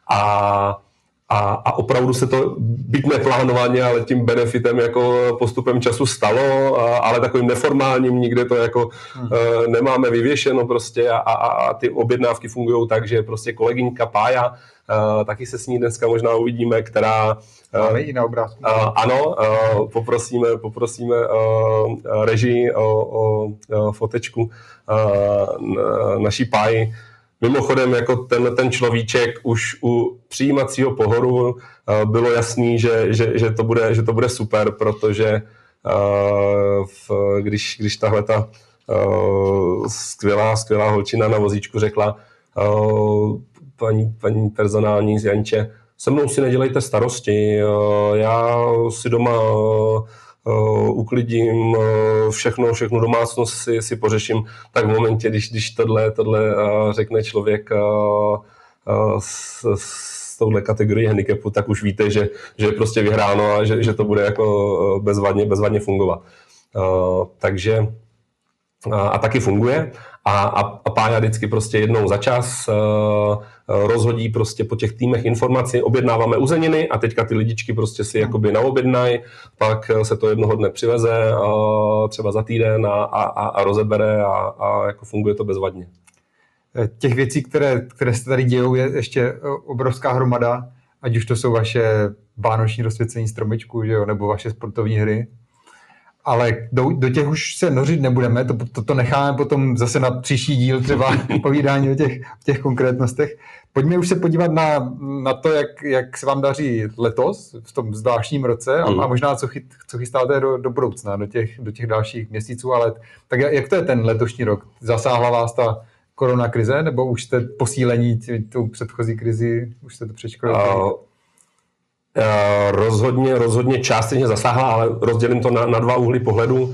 A opravdu se to, byť neplánovaně, ale tím benefitem jako postupem času stalo, ale takovým neformálním, nikde to jako nemáme vyvěšeno prostě a ty objednávky fungují tak, že prostě kolegyňka Pája, taky se s ní dneska možná uvidíme, která... Máme i na obrázku. Ano, poprosíme režii o fotečku naší Páji. Mimochodem, jako ten človíček už u přijímacího pohodu bylo jasný, že to bude super, protože když tahle ta skvělá holčina na vozíčku řekla paní personální z Janče, se mnou si nedělejte starosti, já si doma uklidím, všechno domácnost si pořeším, tak v momentě, když tohle řekne člověk s touhle kategorii handicapu, tak už víte, že je prostě vyhráno a že to bude jako bezvadně fungovat. Takže a taky funguje. A Pája vždycky prostě jednou za čas rozhodí prostě po těch týmech informaci, objednáváme uzeniny a teďka ty lidičky prostě si jakoby naobjednají, pak se to jednoho dne přiveze třeba za týden a rozebere a jako funguje to bezvadně. Těch věcí, které se tady dějou, je ještě obrovská hromada, ať už to jsou vaše vánoční rozsvěcení stromečku, že jo, nebo vaše sportovní hry. Ale do těch už se nořit nebudeme, to necháme potom zase na příští díl třeba povídání o těch konkrétnostech. Pojďme už se podívat na to, jak se vám daří letos, v tom zvláštním roce a možná co chystáte do budoucna, do těch dalších měsíců, ale tak jak to je ten letošní rok? Zasáhla vás ta korona krize, nebo už jste posílení tou předchozí krizi, už jste to přečkali? Rozhodně částečně zasáhla, ale rozdělím to na dva úhly pohledu.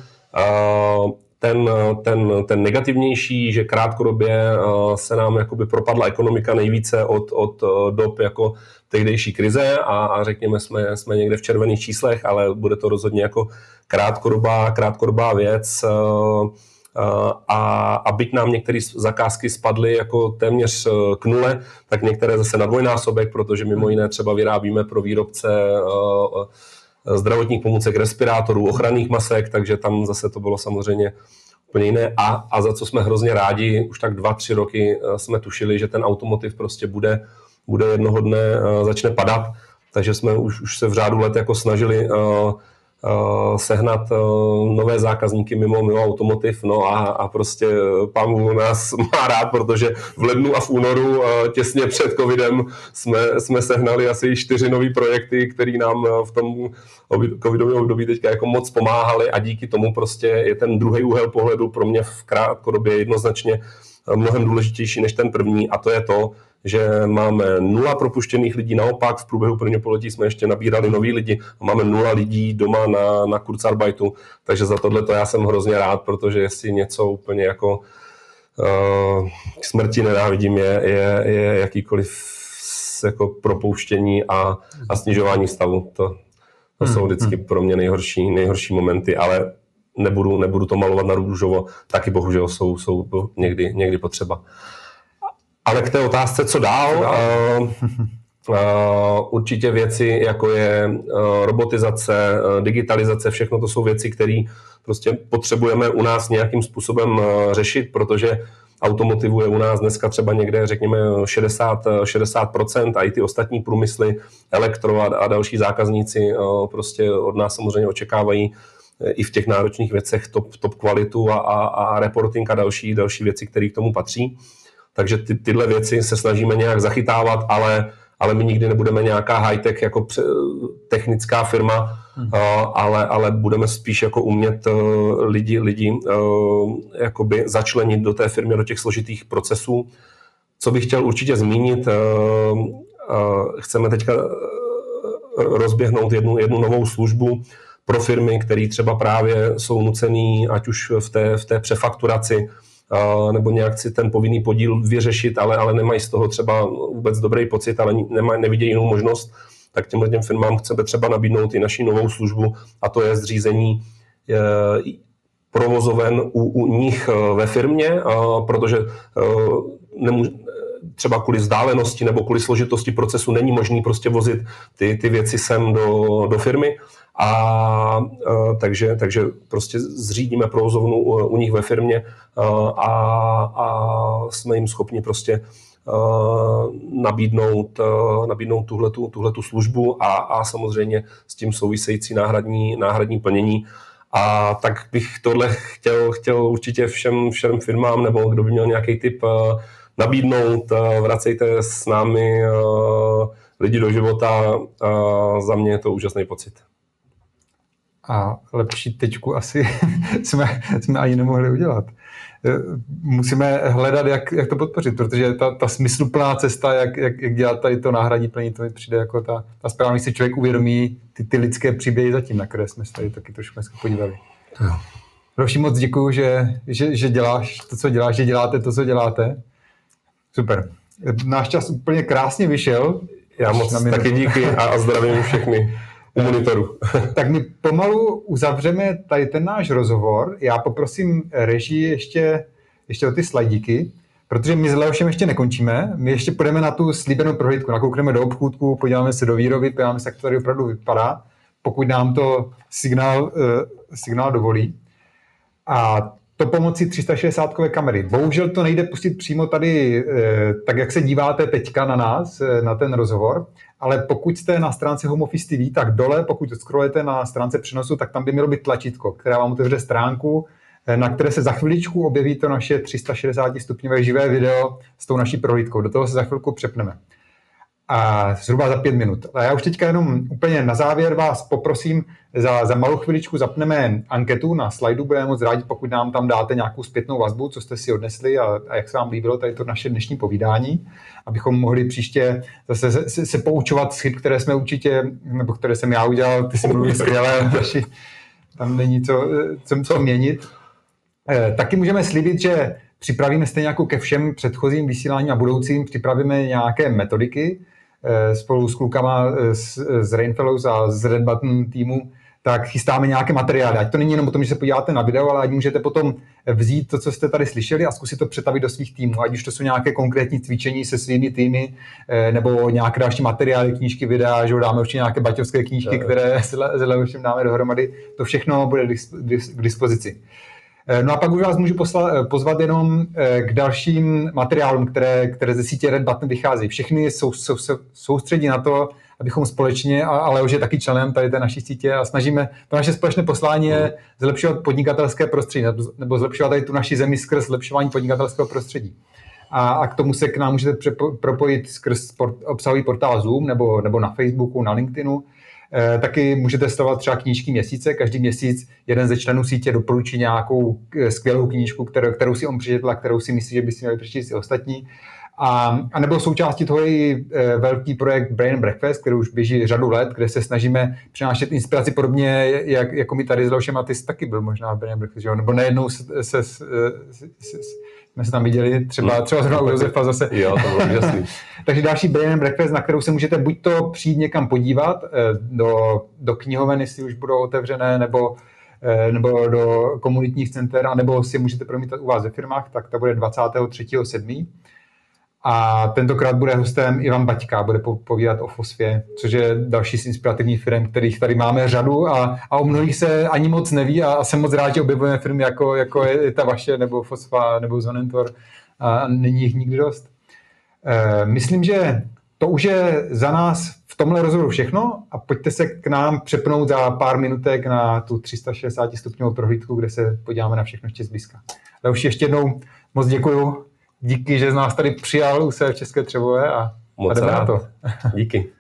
Ten negativnější, že krátkodobě se nám jakoby propadla ekonomika nejvíce od dob jako tehdejší krize a řekněme jsme někde v červených číslech, ale bude to rozhodně jako krátkodobá věc. A byť nám některé zakázky spadly jako téměř k nule, tak některé zase na dvojnásobek, protože mimo jiné třeba vyrábíme pro výrobce zdravotních pomůcek, respirátorů, ochranných masek, takže tam zase to bylo samozřejmě úplně jiné. A za co jsme hrozně rádi, už tak 2-3 roky jsme tušili, že ten automotiv prostě bude jednoho dne začne padat, takže jsme už se v řádu let jako snažili sehnat nové zákazníky mimo automotiv, no a prostě pán Bůh nás má rád, protože v lednu a v únoru těsně před covidem jsme sehnali asi 4 nový projekty, které nám v tom covidovém období teďka jako moc pomáhaly a díky tomu prostě je ten druhý úhel pohledu pro mě v krátkodobě jednoznačně mnohem důležitější než ten první a to je to, že máme 0 propuštěných lidí, naopak v průběhu prvního pololetí jsme ještě nabírali nový lidi a máme 0 lidí doma na Kurzarbeitu, takže za tohleto já jsem hrozně rád, protože jestli něco úplně jako k smrti nenávidím je jakýkoliv jako propouštění a snižování stavu. To jsou vždycky pro mě nejhorší momenty, ale nebudu to malovat na růžovo, taky bohužel jsou někdy potřeba. Ale k té otázce, co dál, určitě věci, jako je robotizace, digitalizace, všechno to jsou věci, které prostě potřebujeme u nás nějakým způsobem řešit, protože automotivu je u nás dneska třeba někde, řekněme, 60% a i ty ostatní průmysly, elektro a další zákazníci prostě od nás samozřejmě očekávají i v těch náročných věcech top kvalitu a reporting a další věci, které k tomu patří. Takže tyhle věci se snažíme nějak zachytávat, ale my nikdy nebudeme nějaká high-tech jako technická firma, ale budeme spíš jako umět lidi jakoby začlenit do té firmy, do těch složitých procesů. Co bych chtěl určitě zmínit, chceme teďka rozběhnout jednu novou službu pro firmy, které třeba právě jsou nucený, ať už v té přefakturaci, nebo nějak si ten povinný podíl vyřešit, ale nemají z toho třeba vůbec dobrý pocit, ale nevidějí jinou možnost, tak těmhle firmám chceme třeba nabídnout i naši novou službu, a to je zřízení provozoven u nich ve firmě, protože třeba kvůli vzdálenosti nebo kvůli složitosti procesu není možný prostě vozit ty věci sem do firmy. Takže prostě zřídíme provozovnu u nich ve firmě a jsme jim schopni prostě nabídnout tuhletu službu a samozřejmě s tím související náhradní plnění. A tak bych tohle chtěl určitě všem firmám, nebo kdo by měl nějaký tip, nabídnout. Vracejte s námi lidi do života. Za mě je to úžasný pocit. A lepší tečku asi jsme ani nemohli udělat. Musíme hledat, jak to podpořit, protože ta smysluplná cesta, jak dělat tady to náhradní plnění, to mi přijde jako ta správně, si člověk uvědomí ty lidské příběhy zatím, na které jsme se tady taky trošku dneska podívali. Roši, moc děkuju, že děláš to, co děláš, že děláte to, co děláte. Super. Náš čas úplně krásně vyšel. Já moc taky díky a zdravím všechny u monitoru. Tak my pomalu uzavřeme tady ten náš rozhovor. Já poprosím režii ještě o ty slajdíky. Protože my s Leošem ještě nekončíme, my ještě půjdeme na tu slíbenou prohlídku, nakoukneme do obchůdku, podíváme se do výroby, podíváme se, jak to tady opravdu vypadá, pokud nám to signál dovolí. A to pomocí 360kové kamery. Bohužel to nejde pustit přímo tady, tak jak se díváte teďka na nás, na ten rozhovor, ale pokud jste na stránce Home Office TV, tak dole, pokud scrollujete na stránce přenosu, tak tam by mělo být tlačítko, která vám otevře stránku, na které se za chviličku objeví to naše 360 stupňové živé video s tou naší prohlídkou. Do toho se za chvilku přepneme. A zhruba za 5 minut. A já už teďka jenom úplně na závěr vás poprosím, za malou chviličku zapneme anketu na slajdu, budeme moc rádi, pokud nám tam dáte nějakou zpětnou vazbu, co jste si odnesli a jak se vám líbilo tady to naše dnešní povídání, abychom mohli příště zase se poučovat z chyb, které jsme určitě, nebo které jsem já udělal, ty si mluví skvěle, tam není co měnit. Taky můžeme slíbit, že připravíme stejně jako ke všem předchozím vysíláním a budoucím, připravíme nějaké metodiky spolu s klukama z Rainfellows a z Red Button týmu, tak chystáme nějaké materiály. Ať to není jenom o tom, že se podíváte na video, ale ať můžete potom vzít to, co jste tady slyšeli a zkusit to přetavit do svých týmů. Ať už to jsou nějaké konkrétní cvičení se svými týmy, nebo nějaké další materiály, knížky, videa, že dáme určitě nějaké baťovské knížky, které s Leošem dáme dohromady. To všechno bude k dispozici. No a pak už vás můžu pozvat jenom k dalším materiálům, které ze sítě Red Button vychází. Všechny soustředí na to, abychom společně, a Leoš je taky členem tady té naší sítě a snažíme, to naše společné poslání je zlepšovat podnikatelské prostředí, nebo zlepšovat tady tu naši zemi skrz zlepšování podnikatelského prostředí. A k tomu se k nám můžete propojit skrz obsahový portál Zoom, nebo na Facebooku, na LinkedInu. Taky můžete sledovat třeba knížky měsíce. Každý měsíc jeden ze členů sítě doporučí nějakou skvělou knížku, kterou si on přečetl a kterou si myslí, že by si měli přečíst i ostatní. A nebo součástí toho je i velký projekt Brain Breakfast, který už běží řadu let, kde se snažíme přinášet inspiraci podobně, jako my tady s Leošem, a ty jsi taky byl možná v Brain Breakfast, že jo? Nebo nejednou jsme se tam viděli, třeba zrovna u Josefa zase. Jo, to bylo úžasný. Takže další Brain Breakfast, na kterou se můžete buď to přijít někam podívat, do knihoven, jestli už budou otevřené, nebo do komunitních center, nebo si můžete promítat u vás ve firmách, tak to bude 23.7. A tentokrát bude hostem Ivan Baťka, bude povídat o Fosfě, což je další z inspirativních firm, kterých tady máme řadu a o mnohých se ani moc neví a jsem moc rád, že objevujeme firmy jako je ta vaše, nebo Fosfa, nebo Zonentor a není jich nikdy dost. Myslím, že to už je za nás v tomhle rozhovoru všechno a pojďte se k nám přepnout za pár minutek na tu 360 stupňovou prohlídku, kde se podíváme na všechno ještě zblízka. Ale už ještě jednou moc děkuju. Díky, že z nás tady přijal u sebe v České Třebové a jdeme na to. Díky.